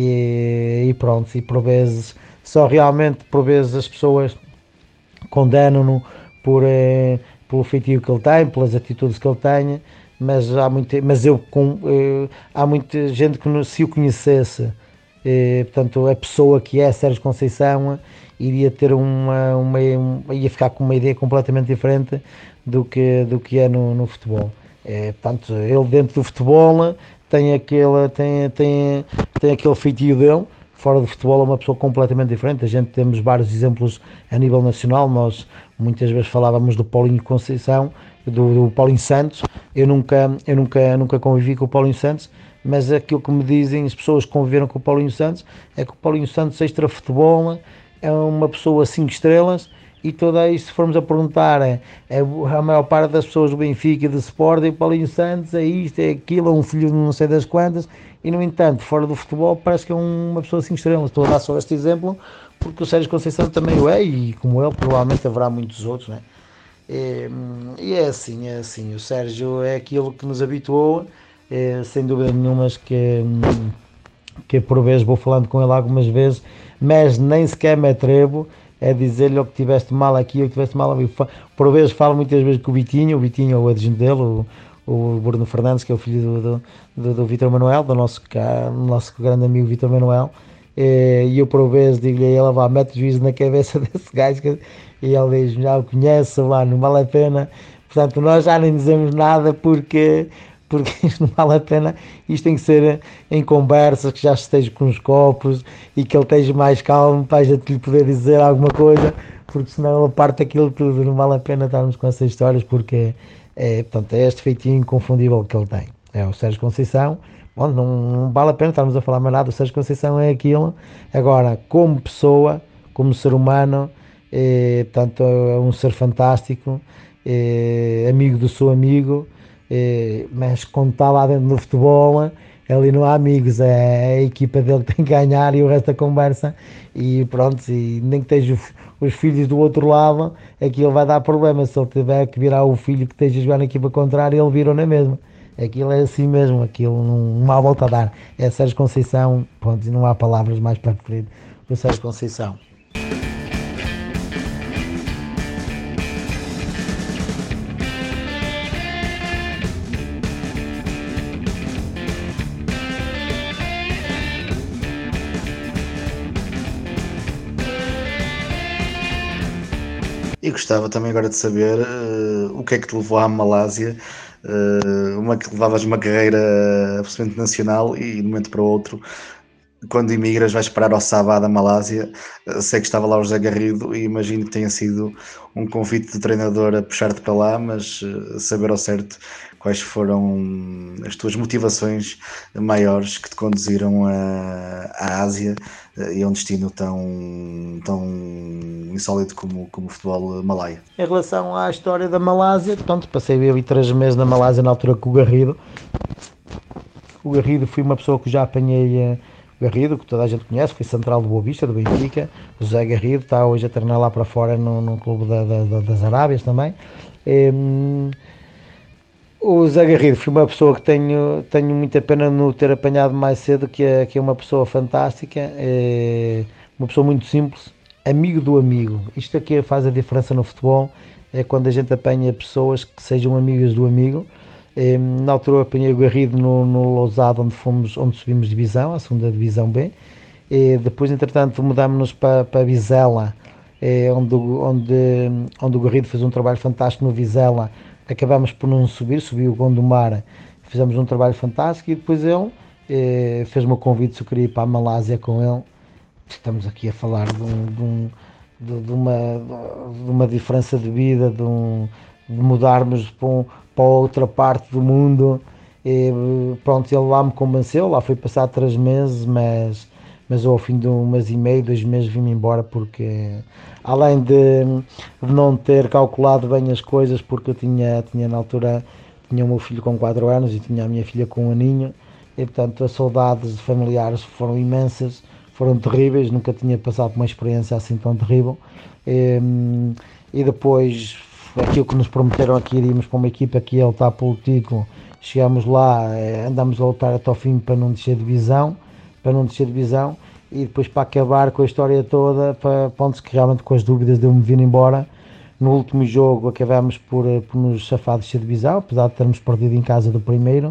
e, e pronto, e por vezes, só realmente por vezes as pessoas condenam-no por, é, pelo feitio que ele tem, pelas atitudes que ele tem, mas há muito, mas eu com, eh, há muita gente que, se o conhecesse, eh, portanto, a pessoa que é Sérgio Conceição, iria ter uma, uma, uma ia ficar com uma ideia completamente diferente do que, do que é no, no futebol. É, portanto, ele dentro do futebol tem aquele, tem, tem, tem aquele feitio dele, fora do futebol é uma pessoa completamente diferente. A gente temos vários exemplos a nível nacional, nós muitas vezes falávamos do Paulinho Conceição, do, do Paulinho Santos. Eu nunca, eu nunca, nunca convivi com o Paulinho Santos, mas aquilo que me dizem as pessoas que conviveram com o Paulinho Santos é que o Paulinho Santos, extra futebol, é uma pessoa cinco estrelas, e toda aí, se formos a perguntar, é, é, a maior parte das pessoas do Benfica, do Sporting, o Paulinho Santos é isto, é aquilo, é um filho de não sei das quantas, e no entanto, fora do futebol, parece que é uma pessoa cinco estrelas. Estou a dar só este exemplo, porque o Sérgio Conceição também o é, e como ele, provavelmente haverá muitos outros, né? E, e é assim, é assim, o Sérgio é aquilo que nos habituou, é, sem dúvida nenhuma, que, que por vezes vou falando com ele algumas vezes, mas nem sequer me atrevo a dizer-lhe o que tiveste mal aqui ou que tiveste mal ali. Por vezes falo muitas vezes com o Vitinho, o Vitinho é o adjunto dele, o, o Bruno Fernandes, que é o filho do, do, do, do Vítor Manuel, do nosso, nosso grande amigo Vítor Manuel, e eu por vezes digo-lhe a ele, vá, mete juízo na cabeça desse gajo, e ele diz, já o conheço, lá, não vale a pena. Portanto, nós já nem dizemos nada porque, porque isto não vale a pena, isto tem que ser em conversas, que já esteja com os copos e que ele esteja mais calmo para a gente lhe poder dizer alguma coisa, porque senão ele parte aquilo tudo, não vale a pena estarmos com essas histórias, porque é, portanto, é este feitinho inconfundível que ele tem, é o Sérgio Conceição. Bom, não, não vale a pena estarmos a falar mais nada, o Sérgio Conceição é aquilo. Agora, como pessoa, como ser humano, é, portanto, é um ser fantástico, é, amigo do seu amigo, é, mas quando está lá dentro do futebol, ali não há amigos, é a equipa dele que tem que ganhar e o resto da conversa, e pronto, e nem que esteja os filhos do outro lado, aquilo vai dar problema. Se ele tiver que virar o filho que esteja a jogar na equipa contrária, ele virou na mesma. Aquilo é assim mesmo, aquilo não, não há volta a dar. É Sérgio Conceição, pronto, não há palavras mais para referir do Sérgio Conceição. E gostava também agora de saber uh, o que é que te levou à Malásia, uh, uma que levavas uma carreira absolutamente nacional e de um momento para o outro, quando emigras vais parar ao Sabah da Malásia. Uh, sei que estava lá o José Garrido e imagino que tenha sido um convite do treinador a puxar-te para lá, mas uh, saber ao certo quais foram as tuas motivações maiores que te conduziram à, à Ásia e a um destino tão, tão insólito como, como o futebol malaio. Em relação à história da Malásia, portanto, passei ali três meses na Malásia na altura com o Garrido. O Garrido foi uma pessoa que já apanhei, o Garrido, que toda a gente conhece, foi central do Boa Vista, do Benfica. O José Garrido está hoje a treinar lá para fora no, no clube da, da, das Arábias também. E, o Zé Garrido foi uma pessoa que tenho, tenho muita pena no ter apanhado mais cedo, que é, que é uma pessoa fantástica, é uma pessoa muito simples, amigo do amigo. Isto aqui faz a diferença no futebol, é quando a gente apanha pessoas que sejam amigas do amigo. É, na altura eu apanhei o Garrido no, no Lousado, onde, fomos, onde subimos divisão, a segunda divisão B. E depois, entretanto, mudámos-nos para, para Vizela, é, onde, onde, onde o Garrido fez um trabalho fantástico no Vizela. Acabámos por não subir, subiu o Gondomar, fizemos um trabalho fantástico e depois ele eh, fez-me o convite se eu queria ir para a Malásia com ele. Estamos aqui a falar de, um, de, um, de, de, uma, de uma diferença de vida, de, um, de mudarmos para, um, para outra parte do mundo. E, pronto, ele lá me convenceu, lá foi passar três meses, mas, mas eu, ao fim de um mês e meio, dois meses, vim-me embora porque... Além de, de não ter calculado bem as coisas, porque eu tinha, tinha na altura, tinha o meu filho com quatro anos e tinha a minha filha com um aninho, e portanto as saudades familiares foram imensas, foram terríveis, nunca tinha passado por uma experiência assim tão terrível. E, e depois, aquilo que nos prometeram aqui, iríamos para uma equipa que ia lutar pelo título, chegámos lá, andámos a lutar até ao fim para não descer divisão, para não descer divisão. E depois, para acabar com a história toda, para pontos que realmente com as dúvidas de eu me vir embora, no último jogo acabámos por, por nos chafar de divisão, apesar de termos perdido em casa do primeiro.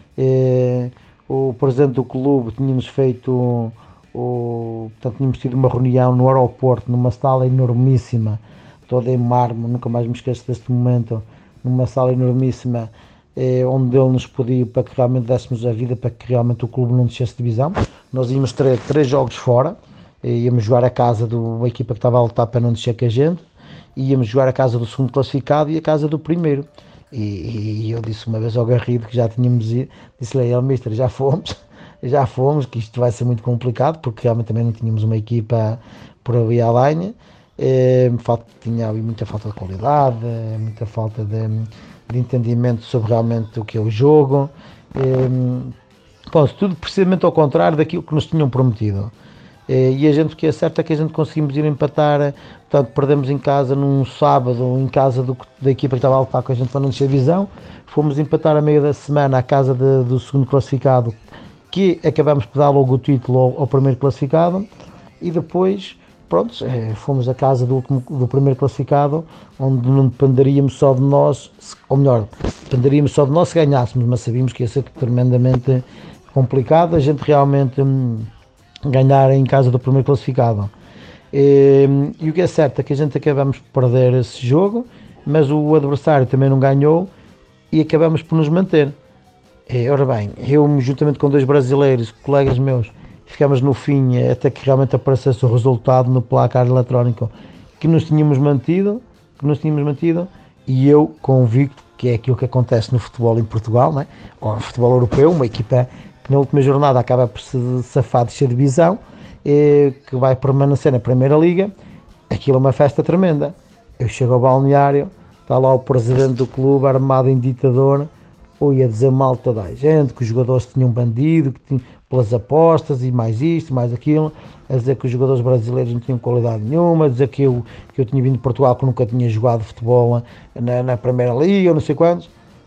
E, o presidente do clube tínhamos feito, o, portanto, tínhamos tido uma reunião no aeroporto, numa sala enormíssima, toda em mármore, nunca mais me esqueço deste momento, numa sala enormíssima, É, onde ele nos pediu para que realmente dessemos a vida para que realmente o clube não descesse de divisão. Nós íamos ter três jogos fora, íamos jogar a casa de uma equipa que estava a lutar para não descer com a gente, íamos jogar a casa do segundo classificado e a casa do primeiro. E, e eu disse uma vez ao Garrido que já tínhamos ido, disse-lhe a ele, mister, já fomos, já fomos, que isto vai ser muito complicado, porque realmente também não tínhamos uma equipa por ali à lenha, é, falta, tinha ali muita falta de qualidade, muita falta de... de entendimento sobre realmente o que é o jogo, e, bom, tudo precisamente ao contrário daquilo que nos tinham prometido. E, e a gente, o que é certo é que a gente conseguimos ir empatar, portanto perdemos em casa num sábado, em casa do, da equipa que estava a lutar com a gente para não descer divisão, fomos empatar a meio da semana à casa de, do segundo classificado, que acabamos por dar logo o título ao, ao primeiro classificado, e depois pronto, é, fomos a casa do, último, do primeiro classificado, onde não dependeríamos só de nós, ou melhor, dependeríamos só de nós se ganhássemos, mas sabíamos que ia ser tremendamente complicado a gente realmente hum, ganhar em casa do primeiro classificado. E, e o que é certo é que a gente acabamos por perder esse jogo, mas o adversário também não ganhou e acabamos por nos manter. E, ora bem, eu juntamente com dois brasileiros, colegas meus, ficámos no fim até que realmente aparecesse o resultado no placar eletrónico que nos tínhamos mantido, que nos tínhamos mantido, e eu convicto que é aquilo que acontece no futebol em Portugal, não é? Ou no futebol europeu, uma equipa que na última jornada acaba por se safar de divisão, e que vai permanecer na Primeira Liga. Aquilo é uma festa tremenda. Eu chego ao balneário, está lá o presidente do clube armado em ditador, ou ia dizer mal toda a gente, que os jogadores tinham bandido, que tinham, pelas apostas e mais isto, mais aquilo, a dizer que os jogadores brasileiros não tinham qualidade nenhuma, a dizer que eu, que eu tinha vindo de Portugal, que nunca tinha jogado futebol na, na Primeira Liga, não sei quantos,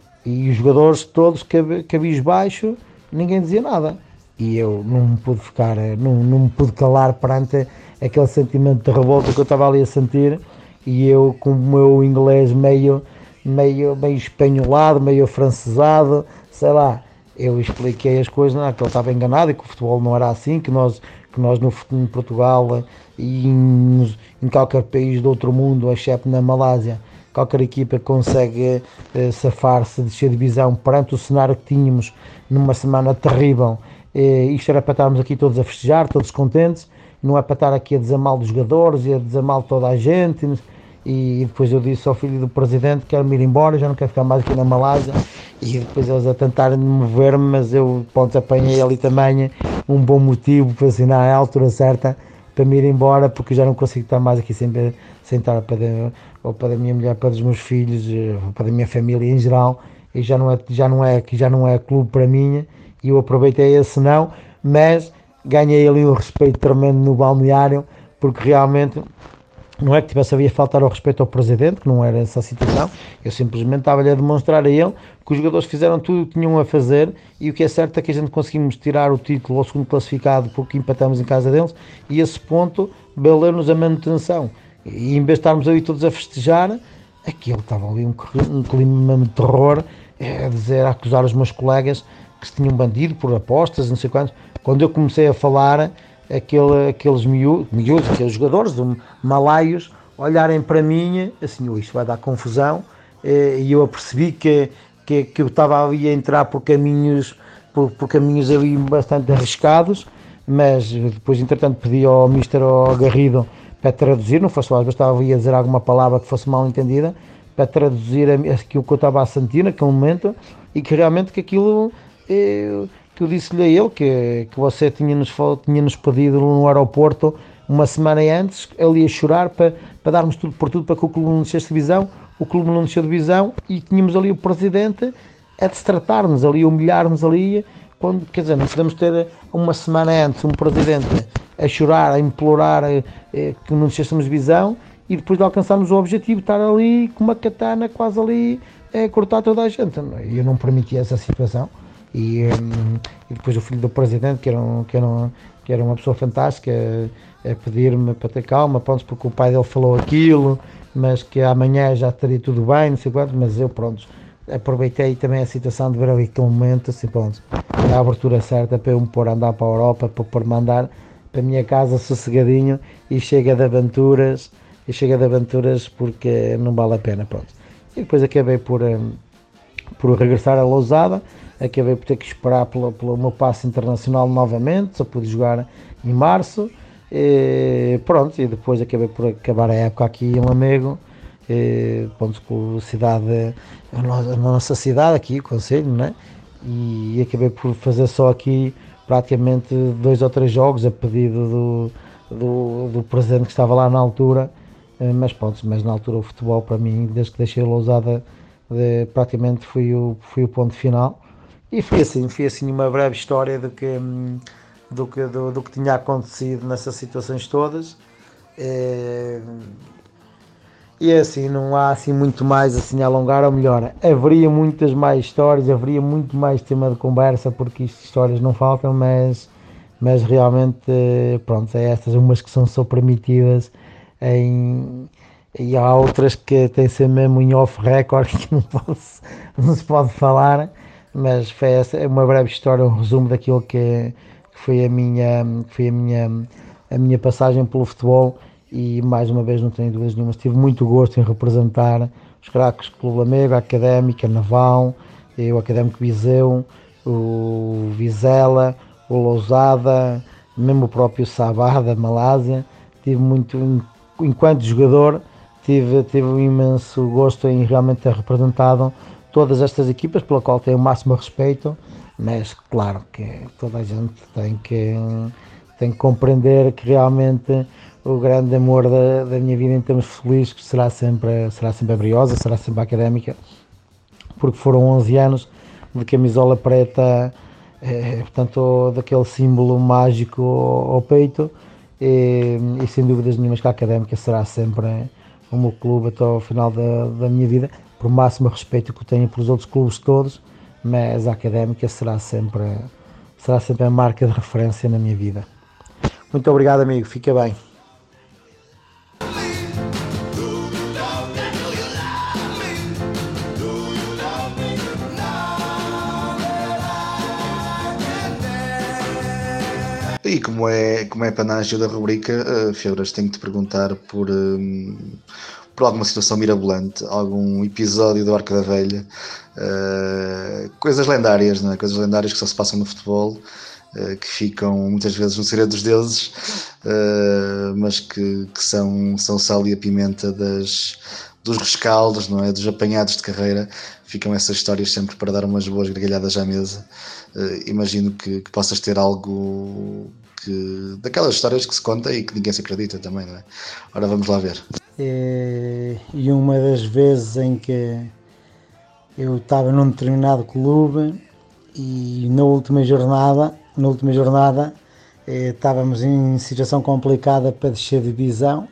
e os jogadores todos cabisbaixo, ninguém dizia nada. E eu não me pude ficar, não, não me pude calar perante aquele sentimento de revolta que eu estava ali a sentir, e eu com o meu inglês meio, meio, meio espanholado, meio afrancesado, sei lá, eu expliquei as coisas, não, que ele estava enganado e que o futebol não era assim, que nós, que nós no, em Portugal e em, em qualquer país do outro mundo, exceto na Malásia, qualquer equipa consegue eh, safar-se de descer divisão perante o cenário que tínhamos numa semana terrível. Eh, isto era para estarmos aqui todos a festejar, todos contentes, não é para estar aqui a dizer mal dos jogadores e a dizer mal de toda a gente. E depois eu disse ao filho do presidente que quero-me ir embora, já não quero ficar mais aqui na Malásia, e depois eles a tentarem mover-me, mas eu, pronto, apanhei ali também um bom motivo para assinar a altura certa para me ir embora, porque já não consigo estar mais aqui sem, sem estar para de, ou para a minha mulher, para os meus filhos, para a minha família em geral, e já não é, já não é, já não é clube para mim, e eu aproveitei esse não, mas ganhei ali um respeito tremendo no balneário, porque realmente não é que tivesse a faltar ao respeito ao presidente, que não era essa a situação, eu simplesmente estava-lhe a demonstrar a ele que os jogadores fizeram tudo o que tinham a fazer, e o que é certo é que a gente conseguimos tirar o título ao segundo classificado porque empatamos em casa deles, e esse ponto valeu-nos a manutenção, e em vez de estarmos ali todos a festejar, aquilo estava ali um, um clima de terror, a dizer, a acusar os meus colegas que se tinham bandido por apostas, não sei quantos. Quando eu comecei a falar, Aquele, aqueles miúdos, miúdos, aqueles jogadores malaios olharem para mim assim, oh, isto vai dar confusão, e eu apercebi que, que, que eu estava ali a entrar por caminhos, por, por caminhos ali bastante arriscados, mas depois entretanto pedi ao mister Garrido para traduzir, não fosse lá, bastava ali a dizer alguma palavra que fosse mal entendida, para traduzir aquilo que eu estava a sentir naquele momento, e que realmente que aquilo... Eu, que eu disse-lhe a ele que, que você tinha-nos tinha -nos pedido no aeroporto uma semana antes, ele ia chorar para, para darmos tudo por tudo para que o clube não descesse divisão, o clube não desceu divisão, e tínhamos ali o presidente a destratar-nos ali, a humilhar-nos ali, quando, quer dizer, não podemos ter uma semana antes um presidente a chorar, a implorar eh, que não descêssemos divisão, e depois de alcançarmos o objetivo, estar ali com uma katana quase ali a cortar toda a gente. Eu não permitia essa situação. E, um, e depois o filho do presidente, que era, um, que era, um, que era uma pessoa fantástica, a, a pedir-me para ter calma, pronto, porque o pai dele falou aquilo, mas que amanhã já estaria tudo bem, não sei quanto, mas eu, pronto, aproveitei também a situação de ver ali aquele momento, assim, pronto, a abertura certa para eu me pôr a andar para a Europa, para pôr-me a andar para a minha casa sossegadinho, e chega de aventuras, e chega de aventuras porque não vale a pena, pronto. E depois acabei por, um, por regressar a Lousada. Acabei por ter que esperar pelo, pelo meu passe internacional novamente, só pude jogar em março, e pronto, e depois acabei por acabar a época aqui em Lamego, e, pronto, com a cidade, a nossa, a nossa cidade aqui, o concelho, né? E acabei por fazer só aqui praticamente dois ou três jogos a pedido do, do, do presidente que estava lá na altura, mas pronto, mas na altura o futebol para mim, desde que deixei a Lousada, de, praticamente foi o, foi o ponto final. E foi assim, foi assim uma breve história do que, do que, do, do que tinha acontecido nessas situações todas. É, e é assim, não há assim muito mais assim a alongar, ou melhor, haveria muitas mais histórias, haveria muito mais tema de conversa, porque isto, histórias não faltam, mas, mas realmente, pronto, é estas umas que são só permitidas em, e há outras que têm ser mesmo em off record que não, posso, não se pode falar, mas foi essa, uma breve história, um resumo daquilo que, que foi, a minha, que foi a, minha, a minha passagem pelo futebol. E mais uma vez não tenho dúvidas nenhumas, tive muito gosto em representar os craques do Clube Lamego, a Académica, Naval, o Académico Viseu, o Vizela, o Lousada, mesmo o próprio Sabah da Malásia. Tive muito, enquanto jogador, tive, tive um imenso gosto em realmente ter representado todas estas equipas, pela qual tenho o máximo respeito, mas claro que toda a gente tem que, tem que compreender que realmente o grande amor da, da minha vida em termos felizes será sempre, será sempre a Briosa, será sempre a Académica, porque foram onze anos de camisola preta, eh, portanto, daquele símbolo mágico ao, ao peito, e, e sem dúvidas nenhumas que a Académica será sempre o meu clube até ao final da, da minha vida, por máximo respeito que eu tenho pelos outros clubes todos, mas a Académica será sempre, será sempre a marca de referência na minha vida. Muito obrigado, amigo, fica bem. E como é, como é panágio da rubrica, uh, Febras, tenho que te perguntar por, um, por alguma situação mirabolante, algum episódio do Arca da Velha, uh, coisas lendárias, não é? Coisas lendárias que só se passam no futebol, uh, que ficam muitas vezes no segredo dos deuses, uh, mas que, que são, são sal e a pimenta das, dos rescaldos, não é? Dos apanhados de carreira. Ficam essas histórias sempre para dar umas boas gargalhadas à mesa. Uh, imagino que, que possas ter algo que, daquelas histórias que se conta e que ninguém se acredita também, não é? Ora, vamos lá ver. E, e uma das vezes em que eu estava num determinado clube e na última jornada, na última jornada eh, estávamos em situação complicada para descer de divisão.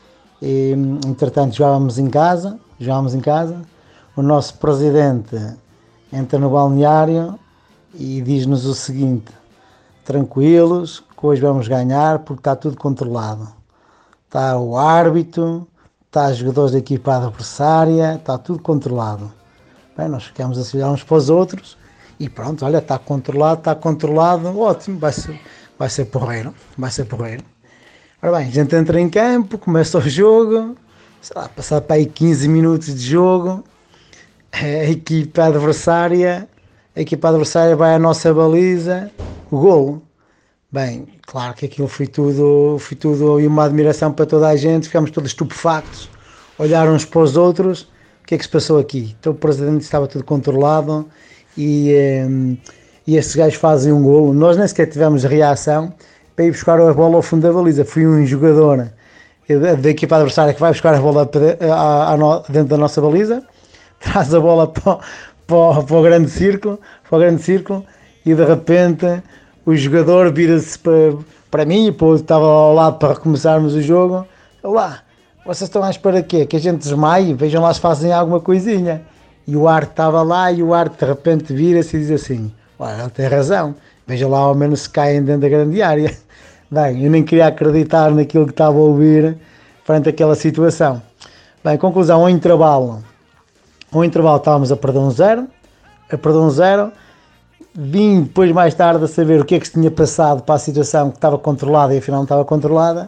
E, entretanto jogávamos em casa, jogávamos em casa. O nosso presidente entra no balneário e diz-nos o seguinte: tranquilos, que hoje vamos ganhar porque está tudo controlado. Está o árbitro, está os jogadores da equipa adversária, está tudo controlado. Bem, nós ficamos a olhar uns para os outros e pronto, olha, está controlado, está controlado, ótimo, vai ser, vai ser porreiro, vai ser porreiro. Ora bem, a gente entra em campo, começa o jogo, sei lá, passar para aí quinze minutos de jogo, a equipa adversária, a equipa adversária vai à nossa baliza, o golo. Bem, claro que aquilo foi tudo, foi tudo uma admiração para toda a gente, ficámos todos estupefactos, olharam uns para os outros, o que é que se passou aqui? Então o presidente estava tudo controlado e, um, e estes gajos fazem um golo, nós nem sequer tivemos reação para ir buscar a bola ao fundo da baliza, foi um jogador da equipa adversária que vai buscar a bola dentro da nossa baliza, traz a bola para, para, para o grande círculo, para o grande círculo e de repente o jogador vira-se para, para mim e para o que estava ao lado para recomeçarmos o jogo. Lá, vocês estão à espera quê? Que a gente desmaie? Vejam lá se fazem alguma coisinha. E o Arte estava lá e o Arte de repente vira-se e diz assim: olha, ele tem razão, vejam lá ao menos se caem dentro da grande área. Bem, eu nem queria acreditar naquilo que estava a ouvir frente àquela situação. Bem, conclusão, ao intervalo. Ao intervalo estávamos a perder um zero, a perder um zero. Vim depois mais tarde a saber o que é que se tinha passado para a situação que estava controlada e afinal não estava controlada.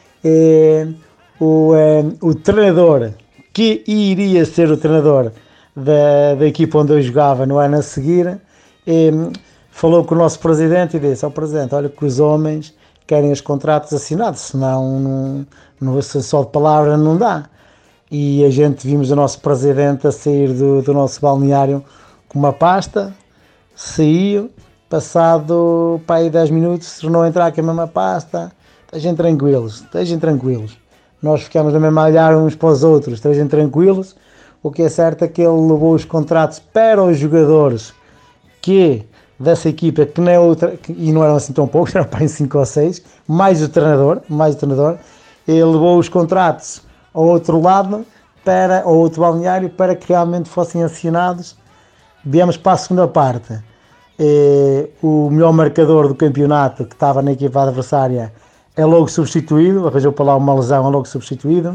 E, o, o treinador, que iria ser o treinador da, da equipa onde eu jogava no ano a seguir, e, falou com o nosso presidente e disse ao presidente: olha que os homens querem os contratos assinados, senão não, não, só de palavra não dá. E a gente vimos o nosso presidente a sair do, do nosso balneário com uma pasta, saiu, passado para aí dez minutos, se não entrar com a mesma pasta, estejam tranquilos, estejam tranquilos. Nós ficamos a mesmo a olhar uns para os outros, estejam tranquilos. O que é certo é que ele levou os contratos para os jogadores que dessa equipa, que não é outra, e não eram assim tão poucos, eram para cinco ou seis, mais o treinador, mais o treinador, ele levou os contratos ao outro lado, para, ao outro balneário, para que realmente fossem assinados. Viemos para a segunda parte. eh, o melhor marcador do campeonato, que estava na equipa adversária, é logo substituído, arranjou para lá uma lesão, é logo substituído.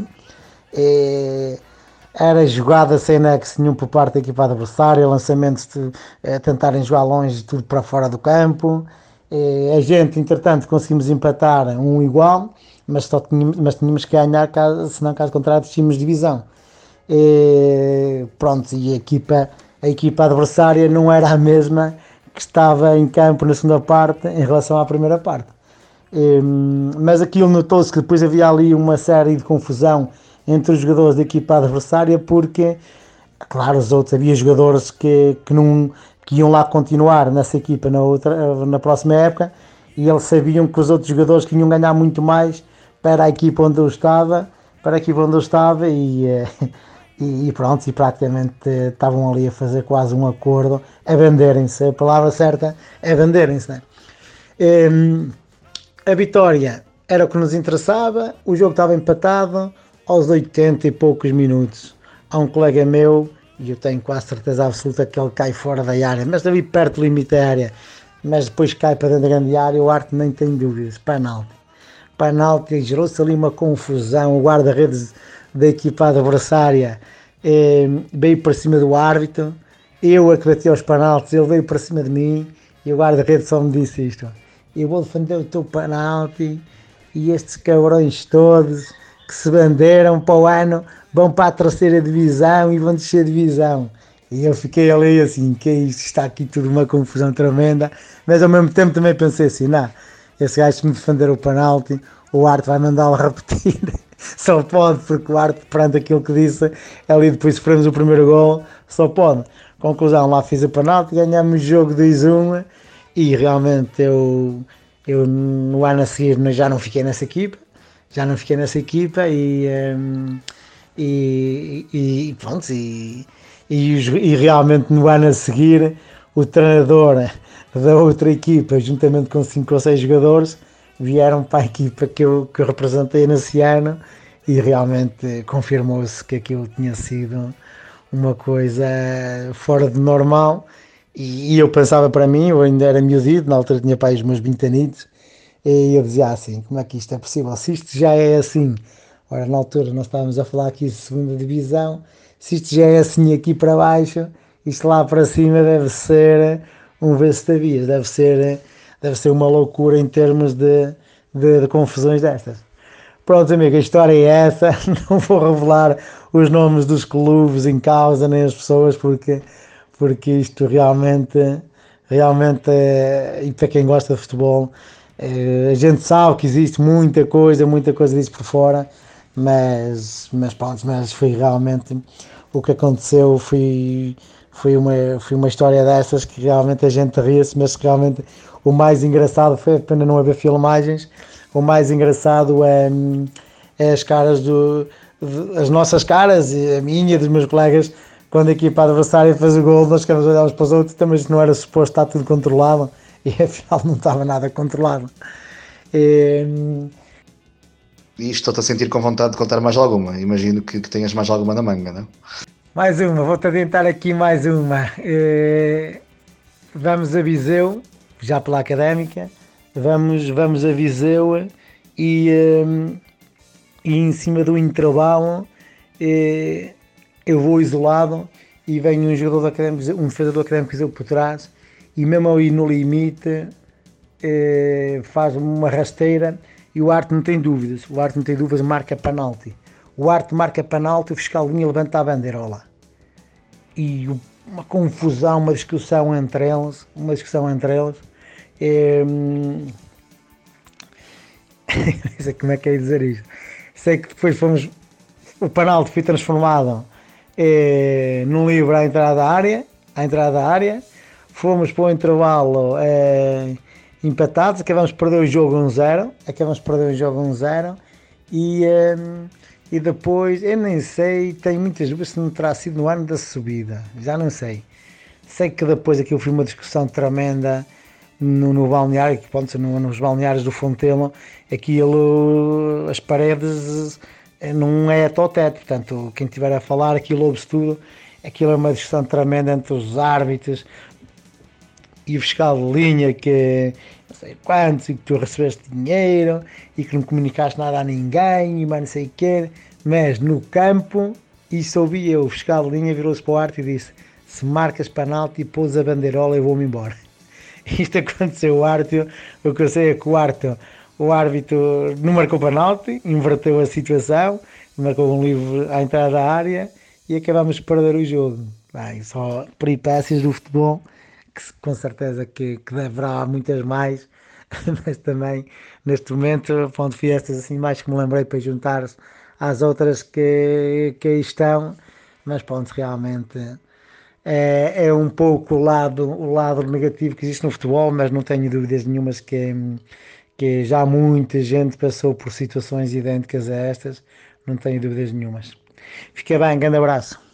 Eh, era jogada sem nexo nenhum por parte da equipa adversária, lançamentos de eh, tentarem jogar longe, tudo para fora do campo. Eh, a gente, entretanto, conseguimos empatar um igual, mas, só tínhamos, mas tínhamos que ganhar, caso, senão caso contrário tínhamos divisão. E, pronto, e a equipa, a equipa adversária não era a mesma que estava em campo na segunda parte em relação à primeira parte. E, mas aquilo notou-se que depois havia ali uma série de confusão entre os jogadores da equipa adversária, porque, claro, os outros, havia jogadores que, que, não, que iam lá continuar nessa equipa na, outra, na próxima época, e eles sabiam que os outros jogadores que iam ganhar muito mais para a equipa onde eu estava, para a equipa onde eu estava, e, e, e pronto, e praticamente estavam ali a fazer quase um acordo, a venderem-se, a palavra certa é venderem-se, né? E, a vitória era o que nos interessava, o jogo estava empatado. Aos oitenta e poucos minutos, há um colega meu, e eu tenho quase certeza absoluta que ele cai fora da área, mas ali perto do limite da área, mas depois cai para dentro da grande área, o Arte nem tem dúvidas, penalti. Penalti, gerou-se ali uma confusão, o guarda-redes da equipa adversária eh, veio para cima do árbitro, eu a que bati aos penaltis, ele veio para cima de mim, e o guarda-redes só me disse isto: eu vou defender o teu penalti, e estes cabrões todos que se venderam para o ano vão para a terceira divisão e vão descer a divisão. E eu fiquei ali assim, que isto, está aqui tudo uma confusão tremenda, mas ao mesmo tempo também pensei assim, não, esse gajo que me defender o penalti, o Arte vai mandá-lo repetir, só pode, porque o Arte, perante aquilo que disse, ali depois sofremos o primeiro gol, só pode. Conclusão, lá fiz o penalti, ganhamos o jogo dois a um, e realmente eu, eu no ano a seguir já não fiquei nessa equipa, já não fiquei nessa equipa e, um, e, e pronto, e, e, e realmente no ano a seguir o treinador da outra equipa, juntamente com cinco ou seis jogadores, vieram para a equipa que eu, que eu representei nesse ano, e realmente confirmou-se que aquilo tinha sido uma coisa fora de normal, e, e eu pensava para mim, eu ainda era miudito, na altura tinha para aí os meus vinte anos, e eu dizia assim, como é que isto é possível? Se isto já é assim, ora na altura nós estávamos a falar aqui de segunda divisão, se isto já é assim aqui para baixo, isto lá para cima deve ser um vestavias, deve ser, deve ser uma loucura em termos de, de, de confusões destas. Pronto, amigo, a história é essa, não vou revelar os nomes dos clubes em causa, nem as pessoas, porque, porque isto realmente, realmente, é, e para quem gosta de futebol, a gente sabe que existe muita coisa, muita coisa disso por fora, mas, mas, pronto, mas foi realmente o que aconteceu, foi, foi, uma, foi uma história dessas que realmente a gente ria-se, mas realmente o mais engraçado foi a pena não haver filmagens, o mais engraçado é, é as caras, do, as nossas caras, a minha e dos meus colegas, quando a equipa adversária fez o gol, nós ficamos a olhar uns para os outros, também não era suposto estar tudo controlado, e afinal não estava nada controlado. E, e estou-te a sentir com vontade de contar mais alguma. Imagino que, que tenhas mais alguma na manga, não? Mais uma, vou-te adiantar aqui mais uma. E, vamos a Viseu, já pela Académica, vamos, vamos a Viseu e, e em cima do intervalo e, eu vou isolado e vem um jogador do Académico, um defesa do Académico Viseu por trás, e mesmo aí no limite eh, faz uma rasteira e o Arte não tem dúvidas, o Arte não tem dúvidas, marca penalti. O Arte marca penalti, o fiscal vinha levanta a bandeirola. E uma confusão, uma discussão entre eles, uma discussão entre eles. Eh, não sei como é que é dizer isto. Sei que depois fomos, o penalti foi transformado eh, num livre à entrada da área, à entrada da área. Fomos para o intervalo eh, empatados, acabamos de perder o jogo um zero, acabamos de perder o jogo um zero e, eh, e depois, eu nem sei, tenho muitas dúvidas se não terá sido no ano da subida, já não sei. Sei que depois aquilo foi uma discussão tremenda no, no balneário, que, pronto, no, nos balneários do Fontelo, aquilo, as paredes não é até ao teto, portanto, quem estiver a falar, aquilo ouve-se tudo, aquilo é uma discussão tremenda entre os árbitros. e o fiscal de linha que não sei quantos, e que tu recebeste dinheiro e que não comunicaste nada a ninguém e mais não sei o quê, mas no campo, isso ouvi eu, o fiscal de linha virou-se para o Arte e disse: se marcas penalti, pôs a bandeirola e vou-me embora. Isto aconteceu o Arte, o que eu sei é que o Arte, o árbitro não marcou penalti, inverteu a situação, marcou um livre à entrada da área e acabamos de perder o jogo. Bem, só peripécias do futebol, que com certeza que, que haverá muitas mais, mas também neste momento, ponto foi estas assim mais que me lembrei para juntar às outras que, que aí estão, mas pronto, realmente é, é um pouco o lado, o lado negativo que existe no futebol, mas não tenho dúvidas nenhumas que, que já muita gente passou por situações idênticas a estas, não tenho dúvidas nenhumas. Fica bem, grande abraço.